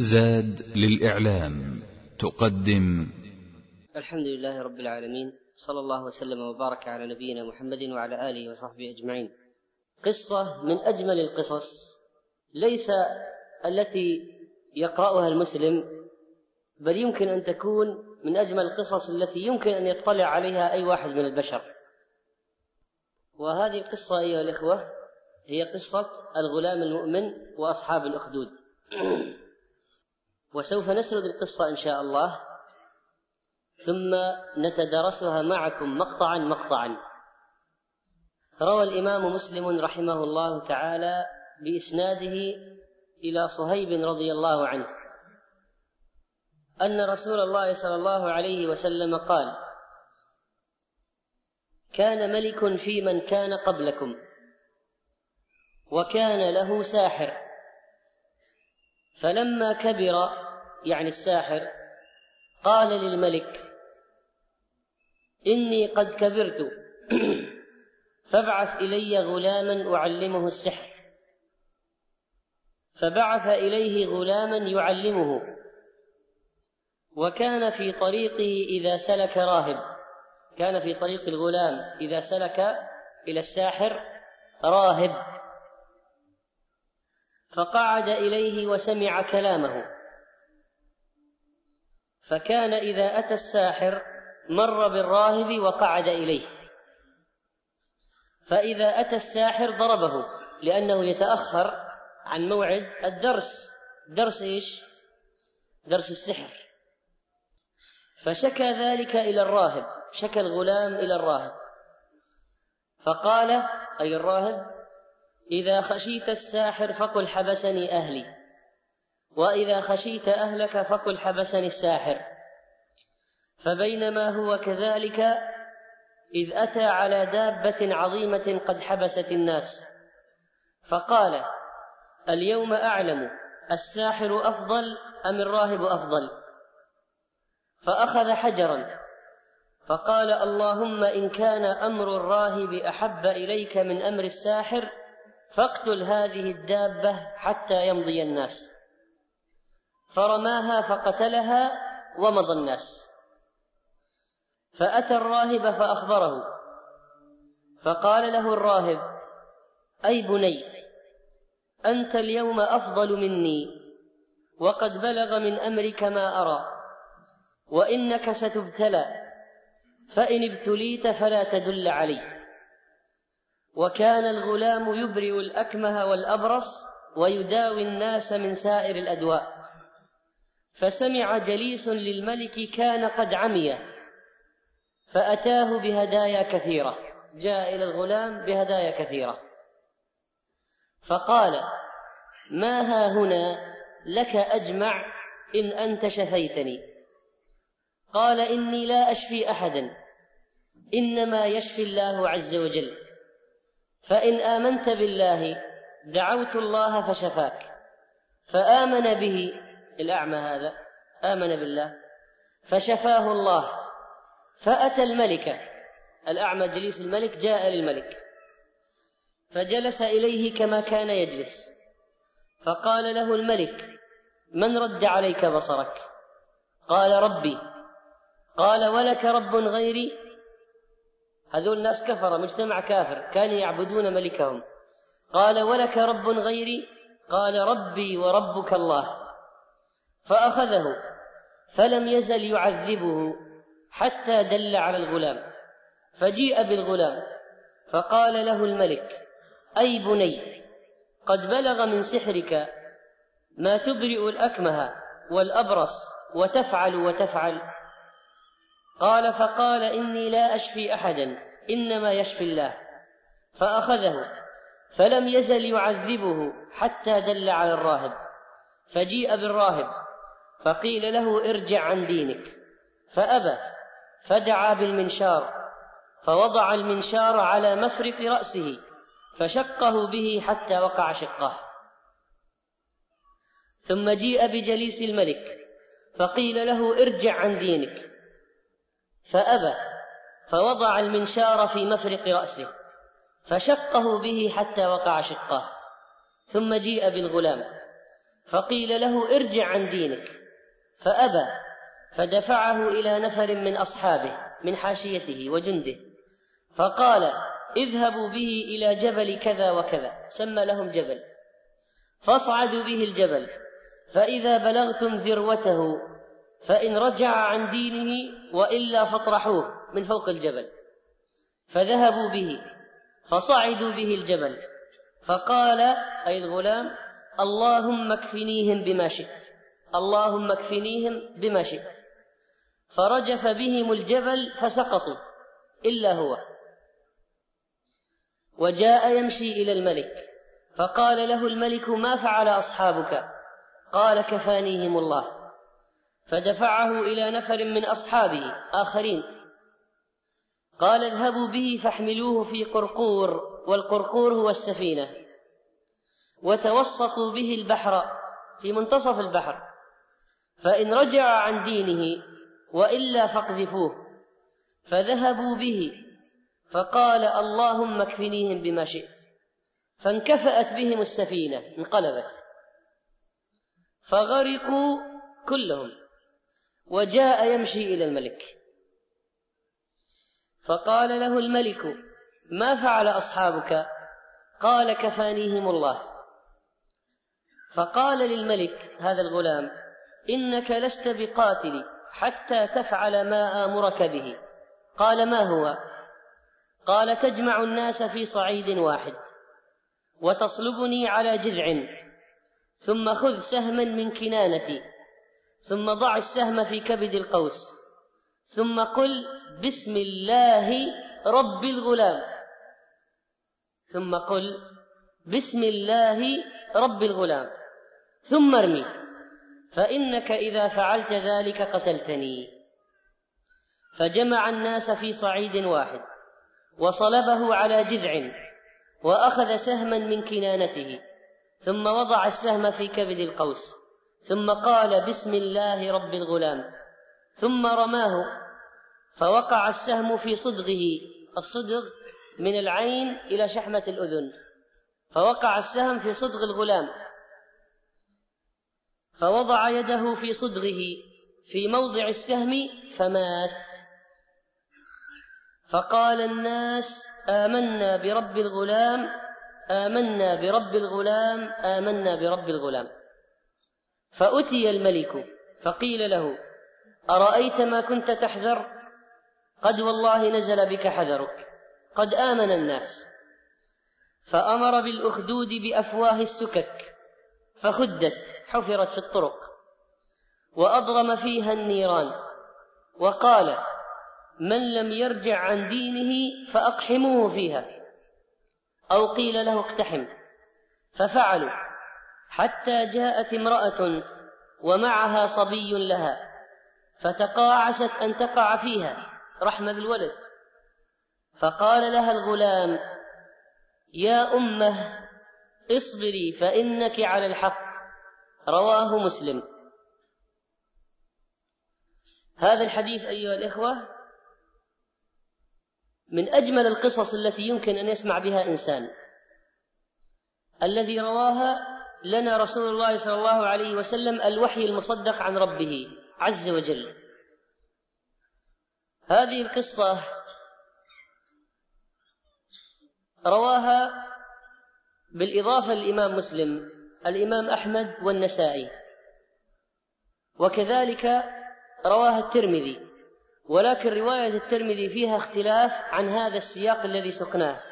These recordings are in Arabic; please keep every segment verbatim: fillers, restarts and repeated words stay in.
زاد للإعلام تقدم. الحمد لله رب العالمين، صلى الله وسلم وبارك على نبينا محمد وعلى آله وصحبه أجمعين. قصة من أجمل القصص، ليس التي يقرأها المسلم، بل يمكن أن تكون من أجمل القصص التي يمكن أن يطلع عليها أي واحد من البشر. وهذه القصة أيها الإخوة هي قصة الغلام المؤمن وأصحاب الأخدود. وسوف نسرد القصة إن شاء الله، ثم نتدرسها معكم مقطعا مقطعا. روى الإمام مسلم رحمه الله تعالى بإسناده إلى صهيب رضي الله عنه أن رسول الله صلى الله عليه وسلم قال: كان ملك في من كان قبلكم، وكان له ساحر، فلما كبر يعني الساحر قال للملك: إني قد كبرت فابعث إلي غلاما أعلمه السحر. فبعث إليه غلاما يعلمه، وكان في طريقه إذا سلك راهب، كان في طريق الغلام إذا سلك إلى الساحر راهب، فقعد إليه وسمع كلامه، فكان إذا أتى الساحر مر بالراهب وقعد إليه، فإذا أتى الساحر ضربه لأنه يتأخر عن موعد الدرس. درس إيش؟ درس السحر. فشكى ذلك إلى الراهب، شكى الغلام إلى الراهب، فقال أي الراهب: إذا خشيت الساحر فقل حبسني أهلي، وإذا خشيت أهلك فقل حبسني الساحر. فبينما هو كذلك إذ أتى على دابة عظيمة قد حبست الناس، فقال: اليوم أعلم الساحر أفضل أم الراهب أفضل؟ فأخذ حجرا فقال: اللهم إن كان أمر الراهب أحب إليك من أمر الساحر فاقتل هذه الدابة حتى يمضي الناس. فرماها فقتلها ومضى الناس. فأتى الراهب فأخبره، فقال له الراهب: أي بني، أنت اليوم أفضل مني، وقد بلغ من أمرك ما أرى، وإنك ستبتلى، فإن ابتليت فلا تدل علي. وكان الغلام يبرئ الأكمه والأبرص ويداوي الناس من سائر الأدواء. فسمع جليس للملك كان قد عمي، فأتاه بهدايا كثيرة، جاء إلى الغلام بهدايا كثيرة، فقال: ما ها هنا لك أجمع إن أنت شفيتني؟ قال: إني لا أشفي أحدا، إنما يشفي الله عز وجل، فإن آمنت بالله دعوت الله فشفاك. فآمن به الأعمى هذا، آمن بالله فشفاه الله. فأتى الملك، الأعمى جليس الملك جاء للملك، فجلس إليه كما كان يجلس، فقال له الملك: من رد عليك بصرك؟ قال: ربي. قال: ولك رب غيري؟ هذول الناس كفر، مجتمع كافر، كانوا يعبدون ملكهم. قال: ولك رب غيري؟ قال: ربي وربك الله. فأخذه فلم يزل يعذبه حتى دل على الغلام، فجيء بالغلام فقال له الملك: أي بني، قد بلغ من سحرك ما تبرئ الأكمه والأبرص وتفعل وتفعل. قال: فقال: إني لا أشفي أحدا، إنما يشفي الله. فأخذه فلم يزل يعذبه حتى دل على الراهب، فجيء بالراهب فقيل له: ارجع عن دينك، فأبى، فدعا بالمنشار فوضع المنشار على مفرق رأسه فشقه به حتى وقع شقه. ثم جيء بجليس الملك فقيل له: ارجع عن دينك، فأبى، فوضع المنشار في مفرق رأسه فشقه به حتى وقع شقه. ثم جيء بالغلام فقيل له ارجع عن دينك فأبى، فدفعه إلى نفر من أصحابه من حاشيته وجنده، فقال اذهبوا به إلى جبل كذا وكذا، سمى لهم جبل، فاصعدوا به الجبل، فإذا بلغتم ذروته فإن رجع عن دينه وإلا فاطرحوه من فوق الجبل. فذهبوا به فصعدوا به الجبل، فقال أي الغلام اللهم اكفنيهم بما شئت، اللهم اكفنيهم بما شئت، فرجف بهم الجبل فسقطوا إلا هو. وجاء يمشي إلى الملك، فقال له الملك ما فعل أصحابك؟ قال كفانيهم الله. فدفعه إلى نفر من أصحابه آخرين، قال اذهبوا به فاحملوه في قرقور، والقرقور هو السفينة، وتوسطوا به البحر في منتصف البحر، فإن رجع عن دينه وإلا فاقذفوه. فذهبوا به، فقال اللهم اكفنيهم بما شئت، فانكفأت بهم السفينة انقلبت، فغرقوا كلهم. وجاء يمشي إلى الملك، فقال له الملك ما فعل أصحابك؟ قال كفانيهم الله. فقال للملك هذا الغلام إنك لست بقاتل حتى تفعل ما آمرك به. قال ما هو؟ قال تجمع الناس في صعيد واحد، وتصلبني على جذع، ثم خذ سهما من كنانتي، ثم ضع السهم في كبد القوس، ثم قل بسم الله رب الغلام، ثم قل بسم الله رب الغلام، ثم ارمي، فإنك إذا فعلت ذلك قتلتني. فجمع الناس في صعيد واحد، وصلبه على جذع، وأخذ سهما من كنانته، ثم وضع السهم في كبد القوس، ثم قال بسم الله رب الغلام، ثم رماه، فوقع السهم في صدغه، الصدغ من العين إلى شحمة الأذن، فوقع السهم في صدغ الغلام، فوضع يده في صدغه في موضع السهم فمات. فقال الناس آمنا برب الغلام، آمنا برب الغلام، آمنا برب الغلام. فأتي الملك فقيل له أرأيت ما كنت تحذر؟ قد والله نزل بك حذرك، قد آمن الناس. فأمر بالأخدود بأفواه السكك، فخدت حفرت في الطرق، وأضرم فيها النيران، وقال من لم يرجع عن دينه فأقحموه فيها، أو قيل له اقتحم. ففعلوا حتى جاءت امرأة ومعها صبي لها، فتقاعست أن تقع فيها رحمة بالولد، فقال لها الغلام يا أمه اصبري فإنك على الحق. رواه مسلم. هذا الحديث أيها الإخوة من أجمل القصص التي يمكن أن يسمع بها إنسان، الذي رواها لنا رسول الله صلى الله عليه وسلم الوحي المصدق عن ربه عز وجل. هذه القصة رواها بالإضافة للإمام مسلم الإمام أحمد والنسائي، وكذلك رواها الترمذي، ولكن رواية الترمذي فيها اختلاف عن هذا السياق الذي سقناه.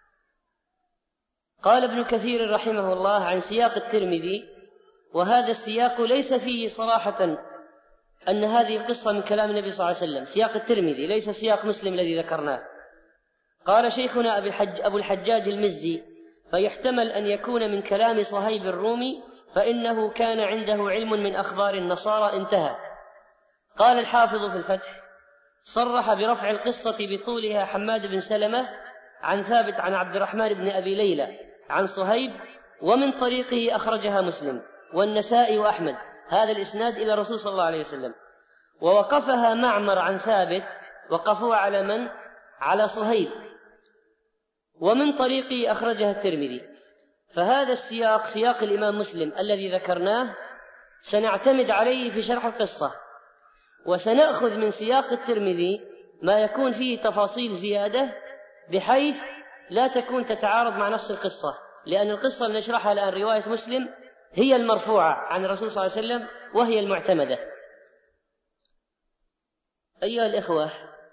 قال ابن كثير رحمه الله عن سياق الترمذي وهذا السياق ليس فيه صراحة أن هذه القصة من كلام النبي صلى الله عليه وسلم، سياق الترمذي ليس سياق مسلم الذي ذكرناه. قال شيخنا أبو الحجاج المزي فيحتمل أن يكون من كلام صهيب الرومي، فإنه كان عنده علم من أخبار النصارى. انتهى. قال الحافظ في الفتح صرح برفع القصة بطولها حماد بن سلمة عن ثابت عن عبد الرحمن بن أبي ليلى عن صهيب، ومن طريقه أخرجها مسلم والنسائي وأحمد هذا الإسناد إلى الرسول صلى الله عليه وسلم. ووقفها معمر عن ثابت، وقفوا على من؟ على صهيب، ومن طريقه أخرجها الترمذي. فهذا السياق سياق الإمام مسلم الذي ذكرناه سنعتمد عليه في شرح القصة، وسنأخذ من سياق الترمذي ما يكون فيه تفاصيل زيادة بحيث لا تكون تتعارض مع نص القصة، لأن القصة اللي نشرحها الآن رواية مسلم هي المرفوعة عن الرسول صلى الله عليه وسلم وهي المعتمدة. أيها الإخوة،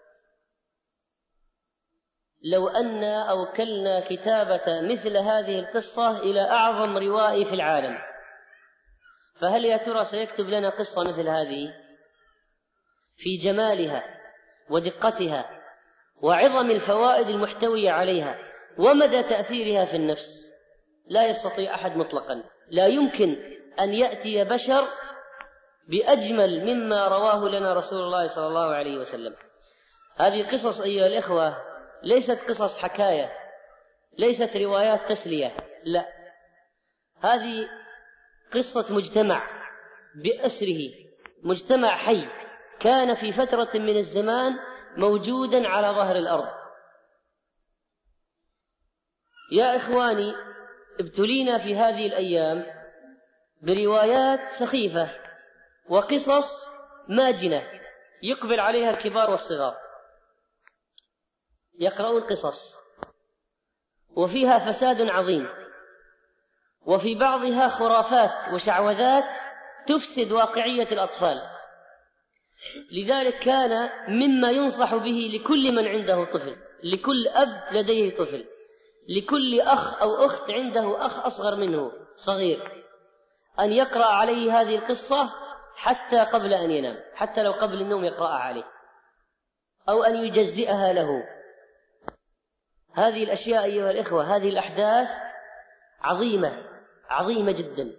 لو أن أوكلنا كتابة مثل هذه القصة إلى أعظم روائي في العالم، فهل يا ترى سيكتب لنا قصة مثل هذه في جمالها ودقتها وعظم الفوائد المحتوية عليها ومدى تأثيرها في النفس؟ لا يستطيع أحد مطلقا، لا يمكن أن يأتي بشر بأجمل مما رواه لنا رسول الله صلى الله عليه وسلم. هذه قصص أيها الإخوة ليست قصص حكاية، ليست روايات تسلية، لا، هذه قصة مجتمع بأسره، مجتمع حي كان في فترة من الزمان موجودا على ظهر الأرض. يا إخواني، ابتلينا في هذه الأيام بروايات سخيفة وقصص ماجنة يقبل عليها الكبار والصغار، يقرؤون قصص وفيها فساد عظيم، وفي بعضها خرافات وشعوذات تفسد واقعية الأطفال. لذلك كان مما ينصح به لكل من عنده طفل، لكل أب لديه طفل، لكل أخ أو أخت عنده أخ أصغر منه صغير، أن يقرأ عليه هذه القصة حتى قبل أن ينام، حتى لو قبل النوم يقرأها عليه، أو أن يجزئها له. هذه الأشياء أيها الإخوة، هذه الأحداث عظيمة عظيمة جدا.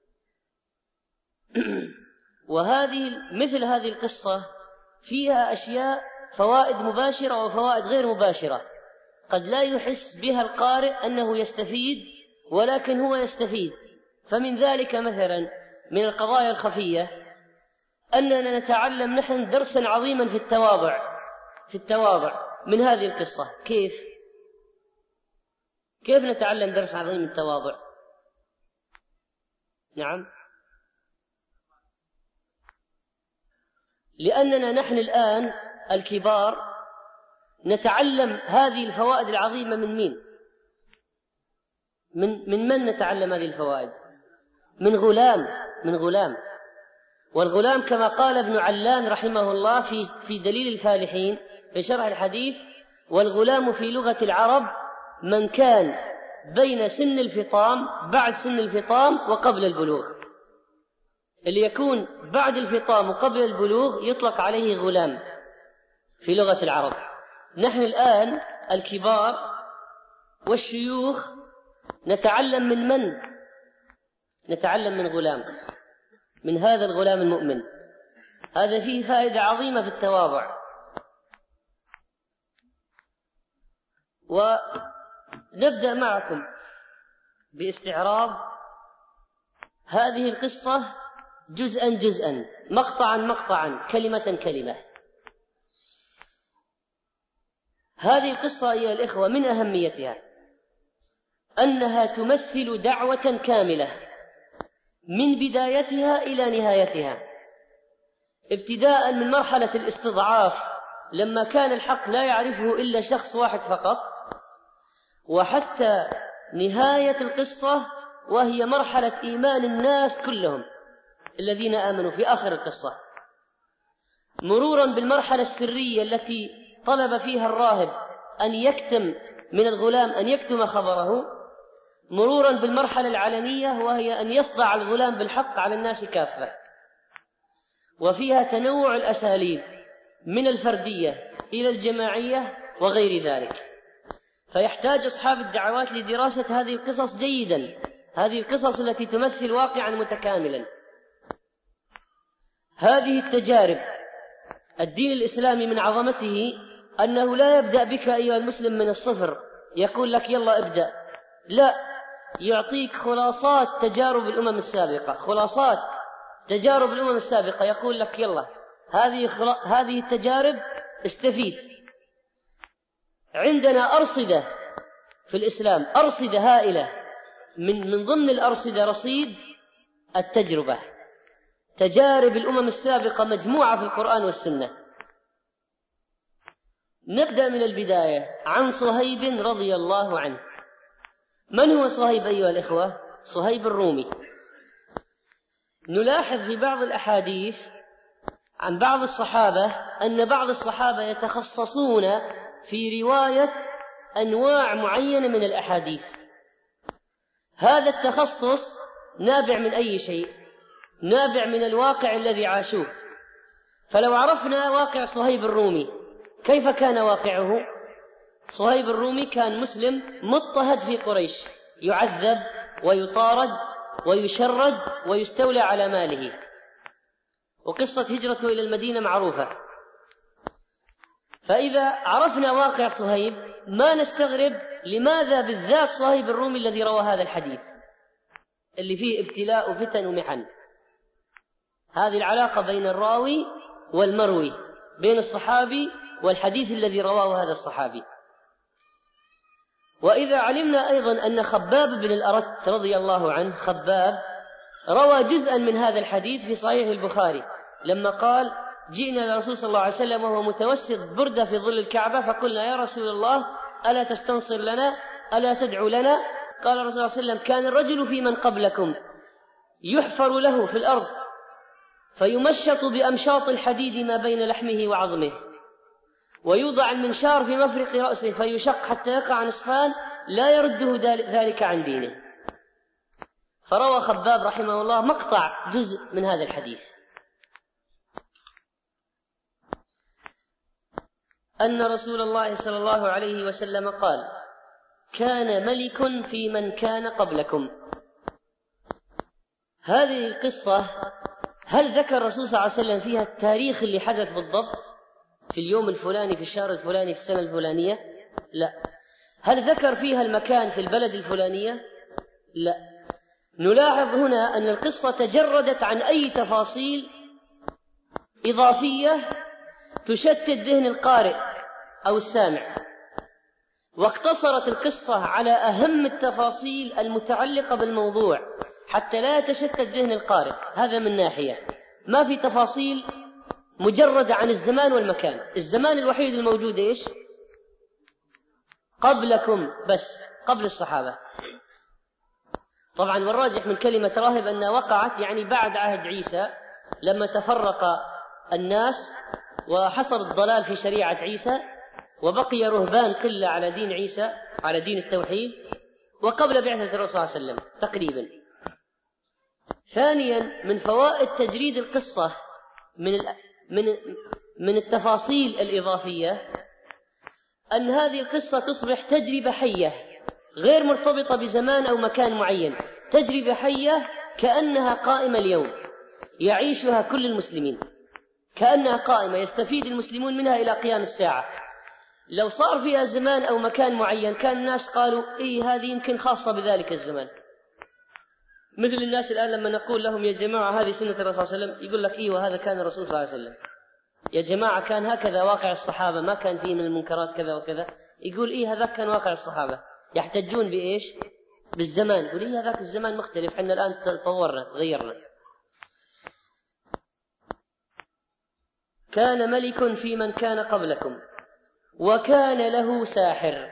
وهذه مثل هذه القصة فيها أشياء فوائد مباشرة وفوائد غير مباشرة، قد لا يحس بها القارئ أنه يستفيد، ولكن هو يستفيد. فمن ذلك مثلا من القضايا الخفية أننا نتعلم نحن درسا عظيما في التواضع في التواضع من هذه القصة. كيف؟ كيف نتعلم درس عظيم من التواضع؟ نعم، لأننا نحن الآن الكبار نتعلم هذه الفوائد العظيمة من مين؟ من من من نتعلم هذه الفوائد؟ من غلام من غلام والغلام كما قال ابن علان رحمه الله في في دليل الفالحين في شرح الحديث: والغلام في لغة العرب من كان بين سن الفطام بعد سن الفطام وقبل البلوغ. اللي يكون بعد الفطام وقبل البلوغ يطلق عليه غلام في لغة العرب. نحن الآن الكبار والشيوخ نتعلم من من؟ نتعلم من غلام، من هذا الغلام المؤمن. هذا فيه فائدة عظيمة في التواضع. ونبدأ معكم باستعراض هذه القصة جزءا جزءا، مقطعا مقطعا، كلمة كلمة. هذه القصة أيها الإخوة من أهميتها أنها تمثل دعوة كاملة من بدايتها إلى نهايتها، ابتداء من مرحلة الاستضعاف لما كان الحق لا يعرفه إلا شخص واحد فقط، وحتى نهاية القصة وهي مرحلة إيمان الناس كلهم الذين آمنوا في آخر القصة، مرورا بالمرحلة السرية التي طلب فيها الراهب أن يكتم من الغلام أن يكتم خبره، مرورا بالمرحلة العلنية وهي أن يصدع الغلام بالحق على الناس كافة. وفيها تنوع الأساليب من الفردية إلى الجماعية وغير ذلك. فيحتاج أصحاب الدعوات لدراسة هذه القصص جيدا، هذه القصص التي تمثل واقعا متكاملا. هذه التجارب، الدين الإسلامي من عظمته أنه لا يبدأ بك أيها المسلم من الصفر يقول لك يلا ابدأ، لا، يعطيك خلاصات تجارب الأمم السابقة، خلاصات تجارب الأمم السابقة، يقول لك يلا هذه هذه التجارب استفيد. عندنا أرصدة في الإسلام، أرصدة هائلة من من ضمن الأرصدة رصيد التجربة، تجارب الأمم السابقة مجموعة في القرآن والسنة. نبدأ من البداية عن صهيب رضي الله عنه. من هو صهيب أيها الإخوة؟ صهيب الرومي. نلاحظ في بعض الأحاديث عن بعض الصحابة أن بعض الصحابة يتخصصون في رواية أنواع معينة من الأحاديث. هذا التخصص نابع من أي شيء؟ نابع من الواقع الذي عاشوه. فلو عرفنا واقع صهيب الرومي، كيف كان واقعه؟ صهيب الرومي كان مسلم مضطهد في قريش، يعذب ويطارد ويشرد ويستولى على ماله، وقصة هجرته إلى المدينة معروفة. فإذا عرفنا واقع صهيب ما نستغرب لماذا بالذات صهيب الرومي الذي روى هذا الحديث اللي فيه ابتلاء وفتن ومحن. هذه العلاقة بين الراوي والمروي، بين الصحابي والحديث الذي رواه هذا الصحابي. وإذا علمنا أيضا أن خباب بن الأرت رضي الله عنه، خباب روى جزءا من هذا الحديث في صحيح البخاري لما قال: جئنا للرسول صلى الله عليه وسلم وهو متوسد بردة في ظل الكعبة، فقلنا: يا رسول الله ألا تستنصر لنا، ألا تدعو لنا؟ قال الرسول صلى الله عليه وسلم: كان الرجل في من قبلكم يحفر له في الأرض فيمشط بأمشاط الحديد ما بين لحمه وعظمه، ويوضع المنشار في مفرق رأسه فيشق حتى يقع نصفان، لا يرده ذلك عن دينه. فروى خباب رحمه الله مقطع جزء من هذا الحديث، أن رسول الله صلى الله عليه وسلم قال: كان ملك في من كان قبلكم. هذه القصة هل ذكر الرسول صلى الله عليه وسلم فيها التاريخ اللي حدث بالضبط في اليوم الفلاني في الشهر الفلاني في السنة الفلانية؟ لا. هل ذكر فيها المكان في البلد الفلانية؟ لا. نلاحظ هنا أن القصة تجردت عن أي تفاصيل إضافية تشتت ذهن القارئ أو السامع، واقتصرت القصة على أهم التفاصيل المتعلقة بالموضوع حتى لا يتشتت ذهن القارئ. هذا من ناحية. ما في تفاصيل مجردة عن الزمان والمكان. الزمان الوحيد الموجود إيش؟ قبلكم، بس قبل الصحابة. طبعا والراجح من كلمة راهب أنها وقعت يعني بعد عهد عيسى، لما تفرق الناس وحصل الضلال في شريعة عيسى وبقي رهبان قلة على دين عيسى، على دين التوحيد، وقبل بعثة الرسول صلى الله عليه وسلم تقريبا. ثانيا من فوائد تجريد القصة من من من التفاصيل الإضافية أن هذه القصة تصبح تجربة حية غير مرتبطة بزمان أو مكان معين، تجربة حية كأنها قائمة اليوم يعيشها كل المسلمين، كأنها قائمة يستفيد المسلمون منها إلى قيام الساعة. لو صار فيها زمان أو مكان معين كان الناس قالوا: إيه هذه يمكن خاصة بذلك الزمان. مثل الناس الآن لما نقول لهم: يا جماعة هذه سنة الرسول صلى الله عليه وسلم، يقول لك: إيه وهذا كان الرسول صلى الله عليه وسلم. يا جماعة كان هكذا واقع الصحابة، ما كان فيه من المنكرات كذا وكذا. يقول: إيه هذا كان واقع الصحابة. يحتجون بإيش؟ بالزمان. يقول: إيه هذاك الزمان مختلف، إحنا الآن تطورنا تغيرنا. كان ملك في من كان قبلكم وكان له ساحر.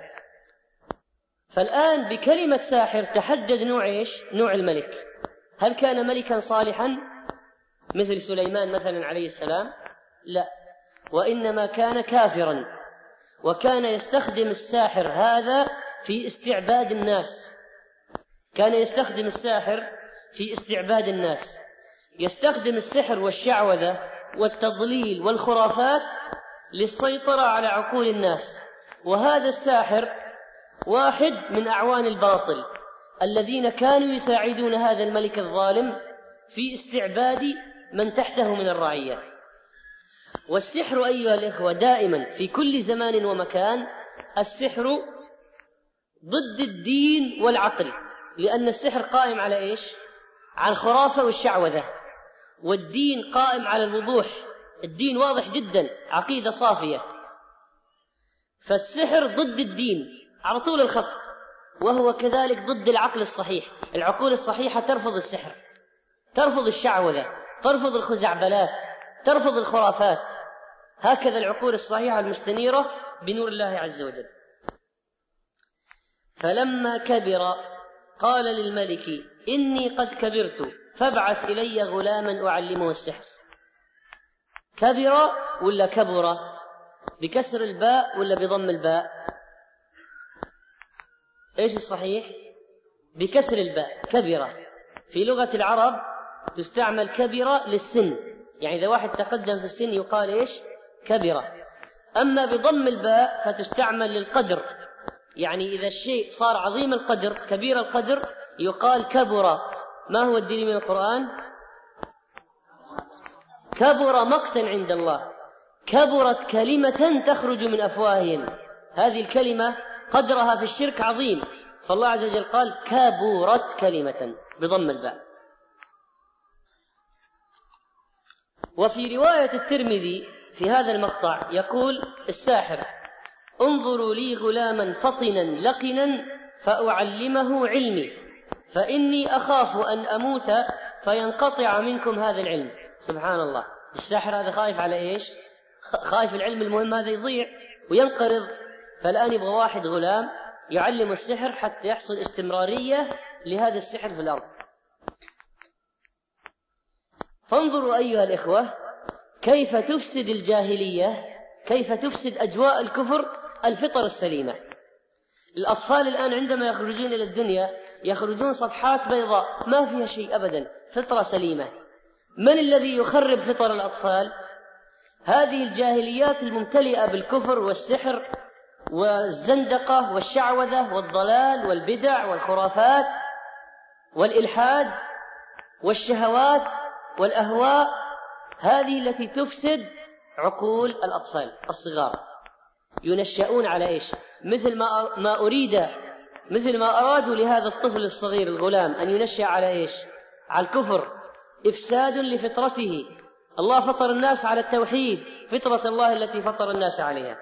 فالآن بكلمة ساحر تحدد نوع إيش؟ نوع الملك. هل كان ملكا صالحا مثل سليمان مثلا عليه السلام؟ لا، وإنما كان كافرا، وكان يستخدم الساحر هذا في استعباد الناس. كان يستخدم الساحر في استعباد الناس، يستخدم السحر والشعوذة والتضليل والخرافات للسيطرة على عقول الناس. وهذا الساحر واحد من أعوان الباطل الذين كانوا يساعدون هذا الملك الظالم في استعباد من تحته من الرعية. والسحر أيها الإخوة دائما في كل زمان ومكان السحر ضد الدين والعقل، لأن السحر قائم على إيش؟ على الخرافة والشعوذة، والدين قائم على الوضوح. الدين واضح جدا، عقيدة صافية. فالسحر ضد الدين على طول الخط. وهو كذلك ضد العقل الصحيح. العقول الصحيحة ترفض السحر، ترفض الشعوذة، ترفض الخزعبلات، ترفض الخرافات. هكذا العقول الصحيحة المستنيرة بنور الله عز وجل. فلما كبر قال للملك: إني قد كبرت فابعث إلي غلاما أعلمه السحر. كبر ولا كبر؟ بكسر الباء ولا بضم الباء؟ إيش الصحيح؟ بكسر الباء. كبر في لغة العرب تستعمل كبر للسن، يعني إذا واحد تقدم في السن يقال إيش؟ كبر. أما بضم الباء فتستعمل للقدر، يعني إذا الشيء صار عظيم القدر كبير القدر يقال كبر. ما هو الدليل من القرآن؟ كبر مقتا عند الله، كبرت كلمة تخرج من أفواههم. هذه الكلمة قدرها في الشرك عظيم، فالله عز وجل قال كبرت كلمة بضم الباء. وفي رواية الترمذي في هذا المقطع يقول الساحر: انظروا لي غلاما فطنا لقنا فأعلمه علمي، فإني أخاف أن أموت فينقطع منكم هذا العلم. سبحان الله، الساحر هذا خايف على إيش؟ خايف العلم المهم هذا يضيع وينقرض، فالآن يبغى واحد غلام يعلم السحر حتى يحصل استمرارية لهذا السحر في الأرض. فانظروا أيها الإخوة كيف تفسد الجاهلية، كيف تفسد أجواء الكفر الفطر السليمة. الأطفال الآن عندما يخرجون إلى الدنيا يخرجون صفحات بيضاء ما فيها شيء أبدا، فطرة سليمة. من الذي يخرب فطر الأطفال؟ هذه الجاهليات الممتلئة بالكفر والسحر والزندقة والشعوذة والضلال والبدع والخرافات والإلحاد والشهوات والأهواء، هذه التي تفسد عقول الأطفال الصغار. ينشأون على إيش؟ مثل ما ما أريد مثل ما أرادوا لهذا الطفل الصغير الغلام أن ينشأ على إيش؟ على الكفر، إفساد لفطرته. الله فطر الناس على التوحيد، فطرة الله التي فطر الناس عليها.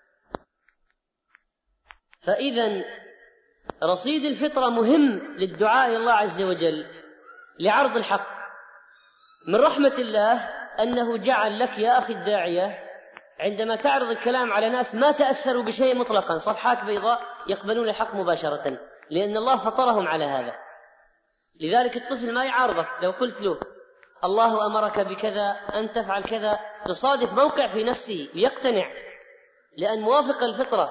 فإذا رصيد الفطرة مهم للدعاء إلى الله عز وجل لعرض الحق. من رحمة الله أنه جعل لك يا أخي الداعية عندما تعرض الكلام على ناس ما تأثروا بشيء مطلقا، صفحات بيضاء يقبلون الحق مباشرة، لأن الله فطرهم على هذا. لذلك الطفل ما يعارضك لو قلت له الله أمرك بكذا أن تفعل كذا، تصادف موقع في نفسه ليقتنع لأن موافق الفطرة.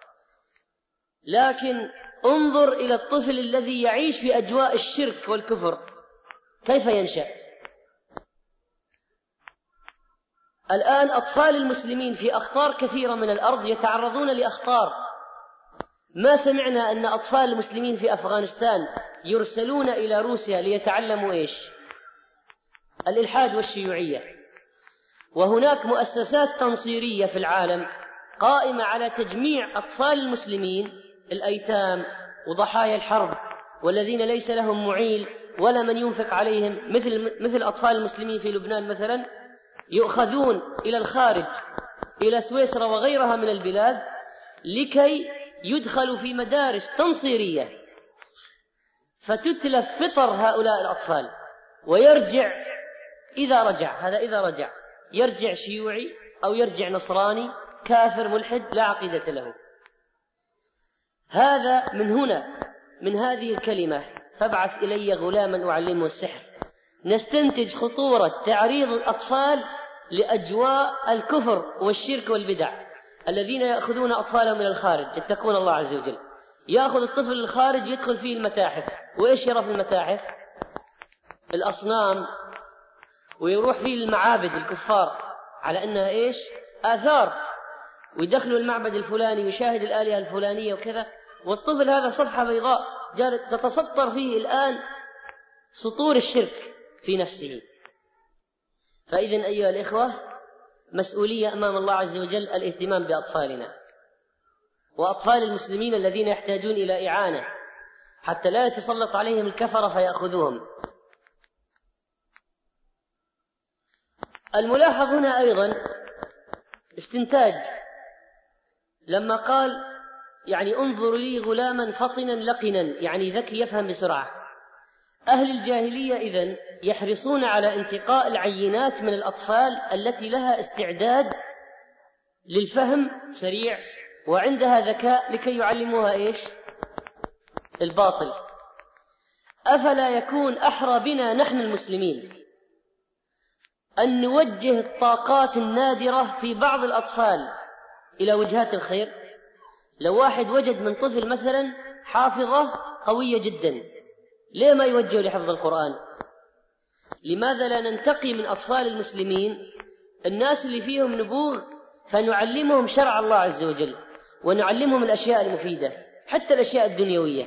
لكن انظر إلى الطفل الذي يعيش في أجواء الشرك والكفر كيف ينشأ. الآن أطفال المسلمين في أخطار كثيرة من الأرض يتعرضون لأخطار. ما سمعنا أن أطفال المسلمين في أفغانستان يرسلون إلى روسيا ليتعلموا إيش؟ الإلحاد والشيوعية. وهناك مؤسسات تنصيرية في العالم قائمة على تجميع أطفال المسلمين الأيتام وضحايا الحرب والذين ليس لهم معيل ولا من ينفق عليهم، مثل مثل أطفال المسلمين في لبنان مثلا، يؤخذون إلى الخارج إلى سويسرا وغيرها من البلاد لكي يدخلوا في مدارس تنصيرية فتتلف فطر هؤلاء الأطفال، ويرجع إذا رجع هذا إذا رجع يرجع شيوعي أو يرجع نصراني كافر ملحد لا عقيدة له. هذا من هنا من هذه الكلمة فابعث إلي غلاما أعلمه السحر نستنتج خطورة تعريض الأطفال لأجواء الكفر والشرك والبدع. الذين يأخذون أطفالهم من الخارج يتقون الله عز وجل، يأخذ الطفل الخارج يدخل فيه المتاحف، وإيش يرى في المتاحف؟ الأصنام، ويروح فيه المعابد الكفار على أنها إيش؟ آثار، ويدخلوا المعبد الفلاني ويشاهد الآلهة الفلانية وكذا. والطفل هذا صفحة بيضاء جالت تتسطر فيه الآن سطور الشرك في نفسه. فإذن أيها الإخوة مسؤولية أمام الله عز وجل الاهتمام بأطفالنا وأطفال المسلمين الذين يحتاجون إلى إعانة حتى لا يتسلط عليهم الكفرة فيأخذوهم. الملاحظ هنا أيضا استنتاج لما قال يعني انظر لي غلاما فطنا لقنا، يعني ذكي يفهم بسرعة. أهل الجاهلية إذن يحرصون على انتقاء العينات من الأطفال التي لها استعداد للفهم سريع وعندها ذكاء لكي يعلموها إيش؟ الباطل. أفلا يكون أحرى بنا نحن المسلمين أن نوجه الطاقات النادرة في بعض الأطفال إلى وجهات الخير؟ لو واحد وجد من طفل مثلا حافظة قوية جدا، ليه ما يوجه لحفظ القرآن؟ لماذا لا ننتقي من أطفال المسلمين الناس اللي فيهم نبوغ فنعلمهم شرع الله عز وجل ونعلمهم الأشياء المفيدة حتى الأشياء الدنيوية،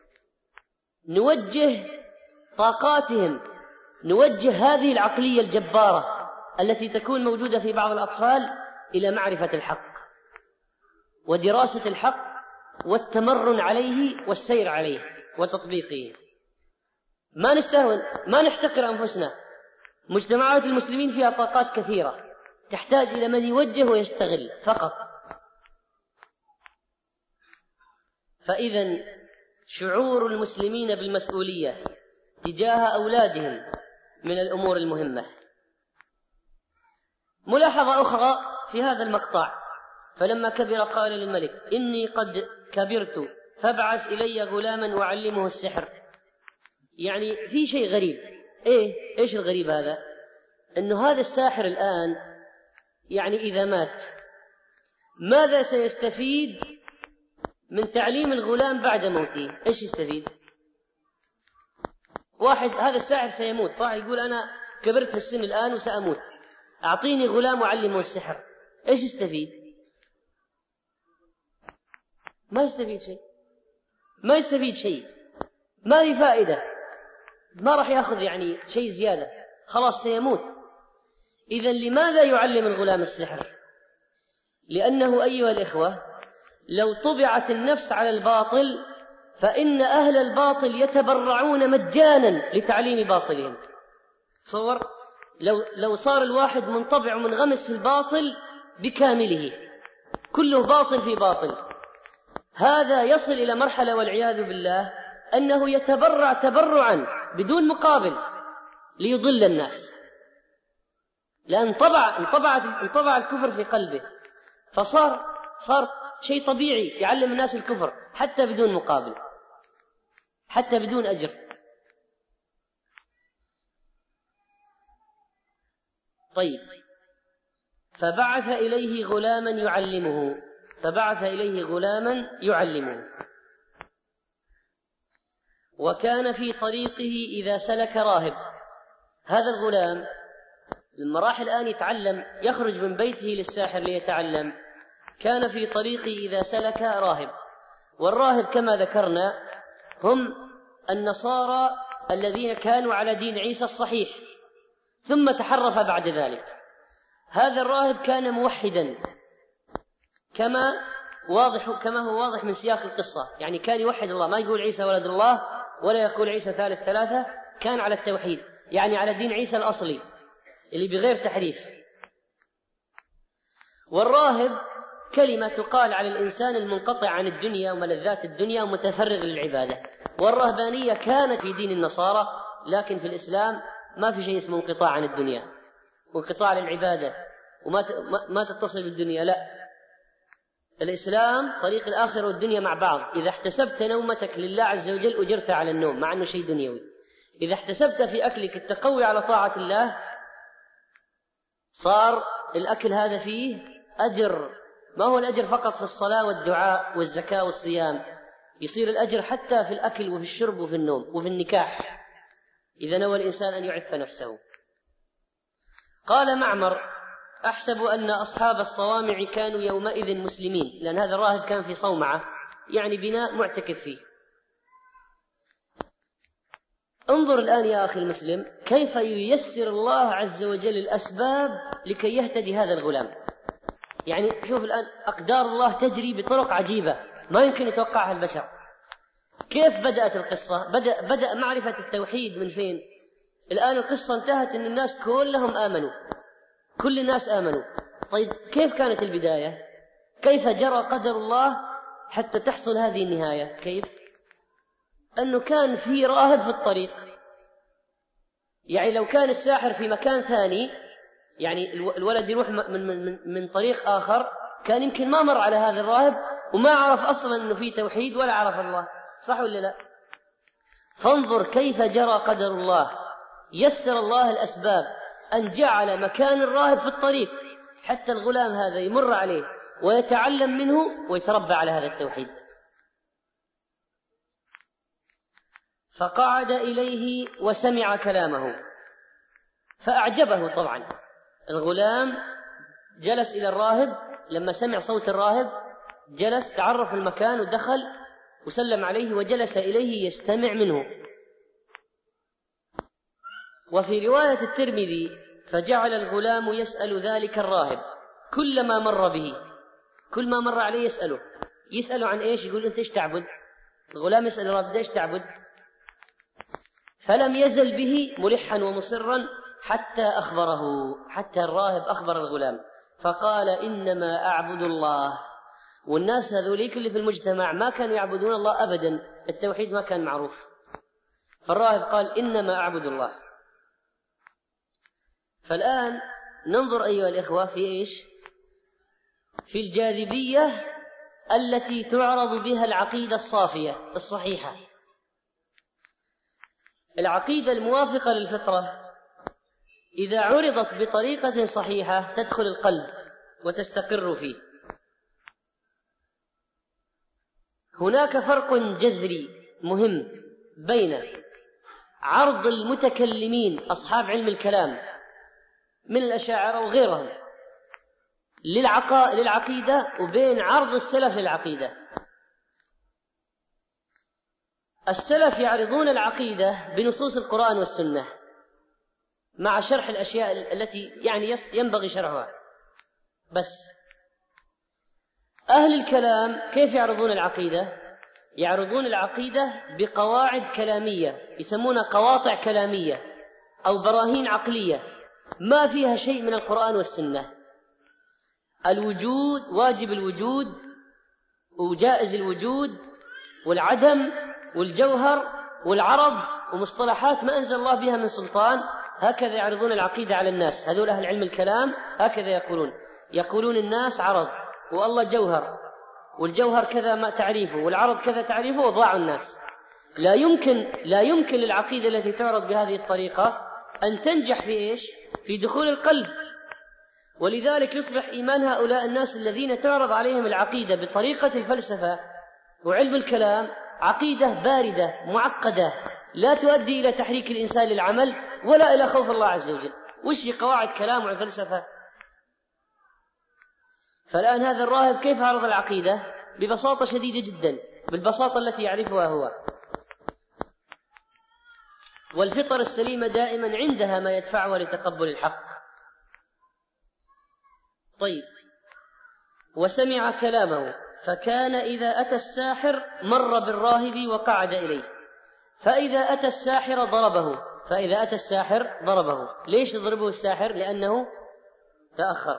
نوجه طاقاتهم، نوجه هذه العقلية الجبارة التي تكون موجودة في بعض الأطفال إلى معرفة الحق ودراسة الحق والتمرن عليه والسير عليه وتطبيقه. ما نستهون، ما نحتقر أنفسنا. مجتمعات المسلمين فيها طاقات كثيرة تحتاج إلى من يوجه ويستغل فقط. فإذا شعور المسلمين بالمسؤولية تجاه أولادهم من الأمور المهمة. ملاحظة أخرى في هذا المقطع: فلما كبر قال للملك إني قد كبرت فابعث إلي غلاما وعلمه السحر. يعني في شيء غريب. إيه؟ إيش الغريب هذا؟ إنه هذا الساحر الآن يعني إذا مات ماذا سيستفيد من تعليم الغلام بعد موته؟ إيش يستفيد؟ واحد هذا الساحر سيموت، صح؟ يقول أنا كبرت في السن الآن وسأموت، أعطيني غلام وعلمه السحر، إيش يستفيد؟ ما يستفيد شيء، ما يستفيد شيء، ما في فائدة، ما راح يأخذ يعني شيء زيادة، خلاص سيموت. إذن لماذا يعلم الغلام السحر؟ لأنه أيها الإخوة لو طبعت النفس على الباطل فإن أهل الباطل يتبرعون مجانا لتعليم باطلهم. تصور لو, لو صار الواحد منطبع ومنغمس في الباطل بكامله، كله باطل في باطل، هذا يصل إلى مرحلة والعياذ بالله أنه يتبرع تبرعا بدون مقابل ليضل الناس، لأن انطبع, انطبع, انطبع الكفر في قلبه، فصار صار شيء طبيعي يعلم الناس الكفر حتى بدون مقابل، حتى بدون أجر. طيب، فبعث إليه غلاما يعلمه فبعث إليه غلاما يعلمه وكان في طريقه إذا سلك راهب. هذا الغلام لما راح الآن يتعلم يخرج من بيته للساحر ليتعلم، كان في طريقه إذا سلك راهب. والراهب كما ذكرنا هم النصارى الذين كانوا على دين عيسى الصحيح ثم تحرف بعد ذلك. هذا الراهب كان موحدا كما واضح كما هو واضح من سياق القصة، يعني كان يوحد الله، ما يقول عيسى ولد الله ولا يقول عيسى ثالث ثلاثة، كان على التوحيد، يعني على دين عيسى الأصلي اللي بغير تحريف. والراهب كلمة تقال على الإنسان المنقطع عن الدنيا وملذات الدنيا ومتفرغ للعبادة. والرهبانية كانت في دين النصارى، لكن في الإسلام ما في شيء اسمه انقطاع عن الدنيا وانقطاع للعبادة وما ما تتصل بالدنيا، لا، الإسلام طريق الآخرة والدنيا مع بعض. إذا احتسبت نومتك لله عز وجل أجرت على النوم مع أنه شيء دنيوي. إذا احتسبت في أكلك التقوي على طاعة الله صار الأكل هذا فيه أجر، ما هو الأجر فقط في الصلاة والدعاء والزكاة والصيام، يصير الأجر حتى في الأكل وفي الشرب وفي النوم وفي النكاح إذا نوى الإنسان أن يعف نفسه. قال معمر: أحسب أن أصحاب الصوامع كانوا يومئذ مسلمين، لأن هذا الراهب كان في صومعة، يعني بناء معتكف فيه. انظر الآن يا أخي المسلم كيف ييسر الله عز وجل الأسباب لكي يهتدي هذا الغلام. يعني شوف الآن أقدار الله تجري بطرق عجيبة ما يمكن يتوقعها البشر. كيف بدأت القصة؟ بدأ, بدأ معرفة التوحيد من فين؟ الآن القصة انتهت أن الناس كلهم آمنوا، كل الناس آمنوا. طيب كيف كانت البداية؟ كيف جرى قدر الله حتى تحصل هذه النهاية. كيف؟ أنه كان في راهب في الطريق. يعني لو كان الساحر في مكان ثاني، يعني الولد يروح من, من, من طريق آخر، كان يمكن ما مر على هذا الراهب وما عرف أصلا أنه في توحيد ولا عرف الله. صح ولا لا؟ فانظر كيف جرى قدر الله. يسر الله الأسباب أن جعل مكان الراهب في الطريق حتى الغلام هذا يمر عليه ويتعلم منه ويتربى على هذا التوحيد. فقعد إليه وسمع كلامه فأعجبه. طبعا الغلام جلس إلى الراهب، لما سمع صوت الراهب جلس، تعرف المكان ودخل وسلم عليه وجلس إليه يستمع منه. وفي رواية الترمذي فجعل الغلام يسأل ذلك الراهب كلما مر به، كل ما مر عليه يسأله. يسأله عن إيش؟ يقول أنت إيش تعبد؟ الغلام يسأل الراهب إيش تعبد؟ فلم يزل به ملحا ومصرا حتى أخبره، حتى الراهب أخبر الغلام فقال إنما أعبد الله. والناس هذوليك اللي في المجتمع ما كانوا يعبدون الله أبدا، التوحيد ما كان معروف. فالراهب قال إنما أعبد الله. فالآن ننظر أيها الإخوة في إيش؟ في الجاذبية التي تعرض بها العقيدة الصافية الصحيحة. العقيدة الموافقة للفطرة إذا عرضت بطريقة صحيحة تدخل القلب وتستقر فيه. هناك فرق جذري مهم بين عرض المتكلمين أصحاب علم الكلام من الأشاعرة وغيرهم للعقيدة وبين عرض السلف للعقيدة. السلف يعرضون العقيدة بنصوص القرآن والسنة مع شرح الأشياء التي يعني ينبغي شرحها بس. أهل الكلام كيف يعرضون العقيدة؟ يعرضون العقيدة بقواعد كلامية يسمونها قواطع كلامية أو براهين عقلية ما فيها شيء من القرآن والسنة. الوجود، واجب الوجود وجائز الوجود والعدم والجوهر والعرض ومصطلحات ما أنزل الله بها من سلطان. هكذا يعرضون العقيدة على الناس. هذول أهل علم الكلام هكذا يقولون. يقولون الناس عرض والله جوهر، والجوهر كذا ما تعريفه والعرض كذا تعريفه، وضاعوا الناس. لا يمكن لا يمكن للعقيدة التي تعرض بهذه الطريقة أن تنجح في إيش؟ في دخول القلب. ولذلك يصبح إيمان هؤلاء الناس الذين تعرض عليهم العقيدة بطريقة الفلسفة وعلم الكلام عقيدة باردة معقدة لا تؤدي إلى تحريك الإنسان للعمل ولا إلى خوف الله عز وجل. وش قواعد كلام وفلسفة؟ فالآن هذا الراهب كيف عرض العقيدة؟ ببساطة شديدة جدا، بالبساطة التي يعرفها هو. والفطر السليمة دائما عندها ما يدفعها لتقبل الحق. طيب، وسمع كلامه فكان إذا أتى الساحر مر بالراهب وقعد إليه، فإذا أتى الساحر ضربه فإذا أتى الساحر ضربه. ليش يضربه الساحر؟ لأنه تأخر.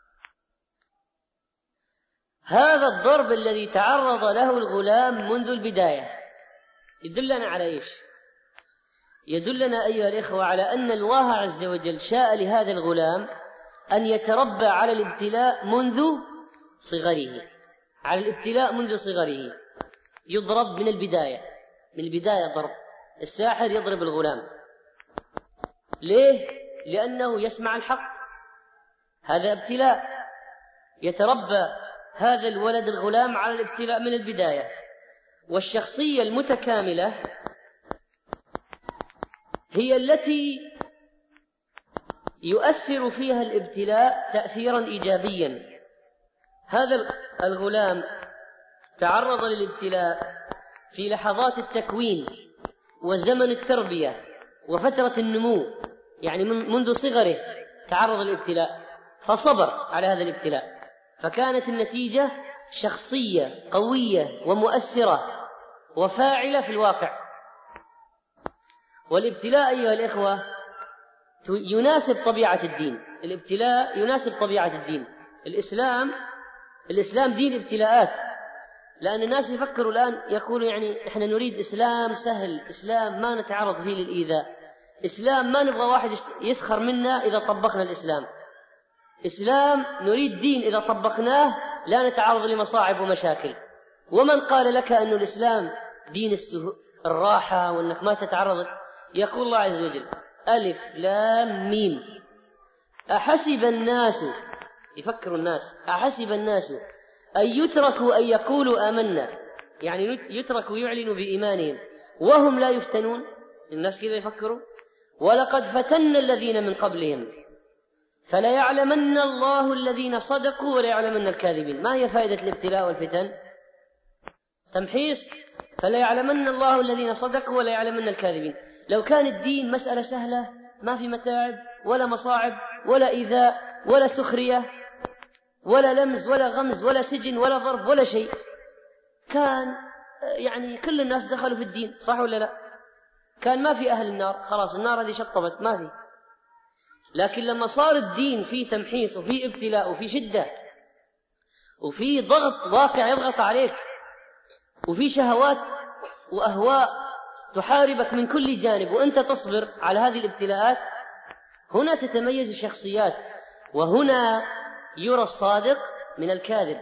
هذا الضرب الذي تعرض له الغلام منذ البداية يدلنا على إيش؟ يدلنا أيها الإخوة على أن الله عز وجل شاء لهذا الغلام أن يتربى على الابتلاء منذ صغره، على الابتلاء منذ صغره. يضرب من البداية، من البداية ضرب. الساحر يضرب الغلام ليه؟ لأنه يسمع الحق. هذا ابتلاء، يتربى هذا الولد الغلام على الابتلاء من البداية. والشخصية المتكاملة هي التي يؤثر فيها الابتلاء تأثيرا إيجابيا. هذا الغلام تعرض للابتلاء في لحظات التكوين وزمن التربية وفترة النمو، يعني منذ صغره تعرض للابتلاء فصبر على هذا الابتلاء، فكانت النتيجة شخصية قوية ومؤثرة وفاعلة في الواقع. والابتلاء أيها الإخوة يناسب طبيعة الدين. الابتلاء يناسب طبيعة الدين. الإسلام الإسلام دين ابتلاءات. لأن الناس يفكروا الآن يقولوا يعني إحنا نريد إسلام سهل، إسلام ما نتعرض فيه للإيذاء، إسلام ما نبغى واحد يسخر منا إذا طبقنا الإسلام، إسلام نريد دين إذا طبقناه لا نتعرض لمصاعب ومشاكل. ومن قال لك أن الإسلام دين السهو... الراحة وأنك ما تتعرض؟ يقول الله عز وجل: ألف لام ميم، أحسب الناس، يفكر الناس، أحسب الناس أن يتركوا أن يقولوا آمنا، يعني يتركوا يعلنوا بإيمانهم وهم لا يفتنون. الناس كذا يفكروا. ولقد فتنا الذين من قبلهم فليعلمن الله الذين صدقوا وليعلمن الكاذبين. ما هي فائدة الابتلاء والفتن؟ تمحيص. فليعلمن الله الذين صدقوا وليعلمن الكاذبين. لو كان الدين مسألة سهلة ما في متاعب ولا مصاعب ولا إيذاء ولا سخرية ولا لمز ولا غمز ولا سجن ولا ضرب ولا شيء، كان يعني كل الناس دخلوا في الدين، صح ولا لا؟ كان ما في أهل النار، خلاص النار هذه شطبت، ما في. لكن لما صار الدين فيه تمحيص وفيه ابتلاء وفيه شدة وفيه ضغط واقع يضغط عليك وفيه شهوات وأهواء تحاربك من كل جانب وأنت تصبر على هذه الابتلاءات، هنا تتميز الشخصيات، وهنا يرى الصادق من الكاذب.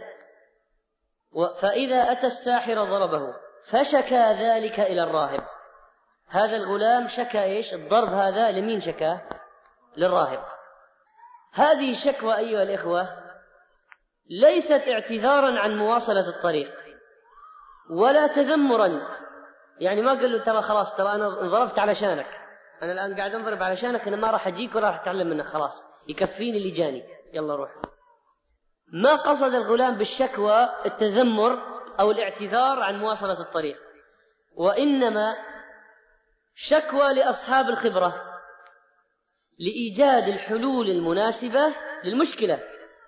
فإذا أتى الساحر ضربه فشكى ذلك إلى الراهب. هذا الغلام شكى إيش؟ الضرب هذا لمين شكاه؟ للراهب. هذه الشكوى أيها الإخوة ليست اعتذارا عن مواصلة الطريق ولا تذمرا، يعني ما قال له ترى خلاص ترى أنا ضربت علشانك، أنا الآن قاعد أنضرب علشانك، أنا ما راح أجيك ولا راح أتعلم منك، خلاص يكفيني اللي جاني، يلا روح. ما قصد الغلام بالشكوى التذمر أو الاعتذار عن مواصلة الطريق، وإنما شكوى لأصحاب الخبرة لإيجاد الحلول المناسبة للمشكلة.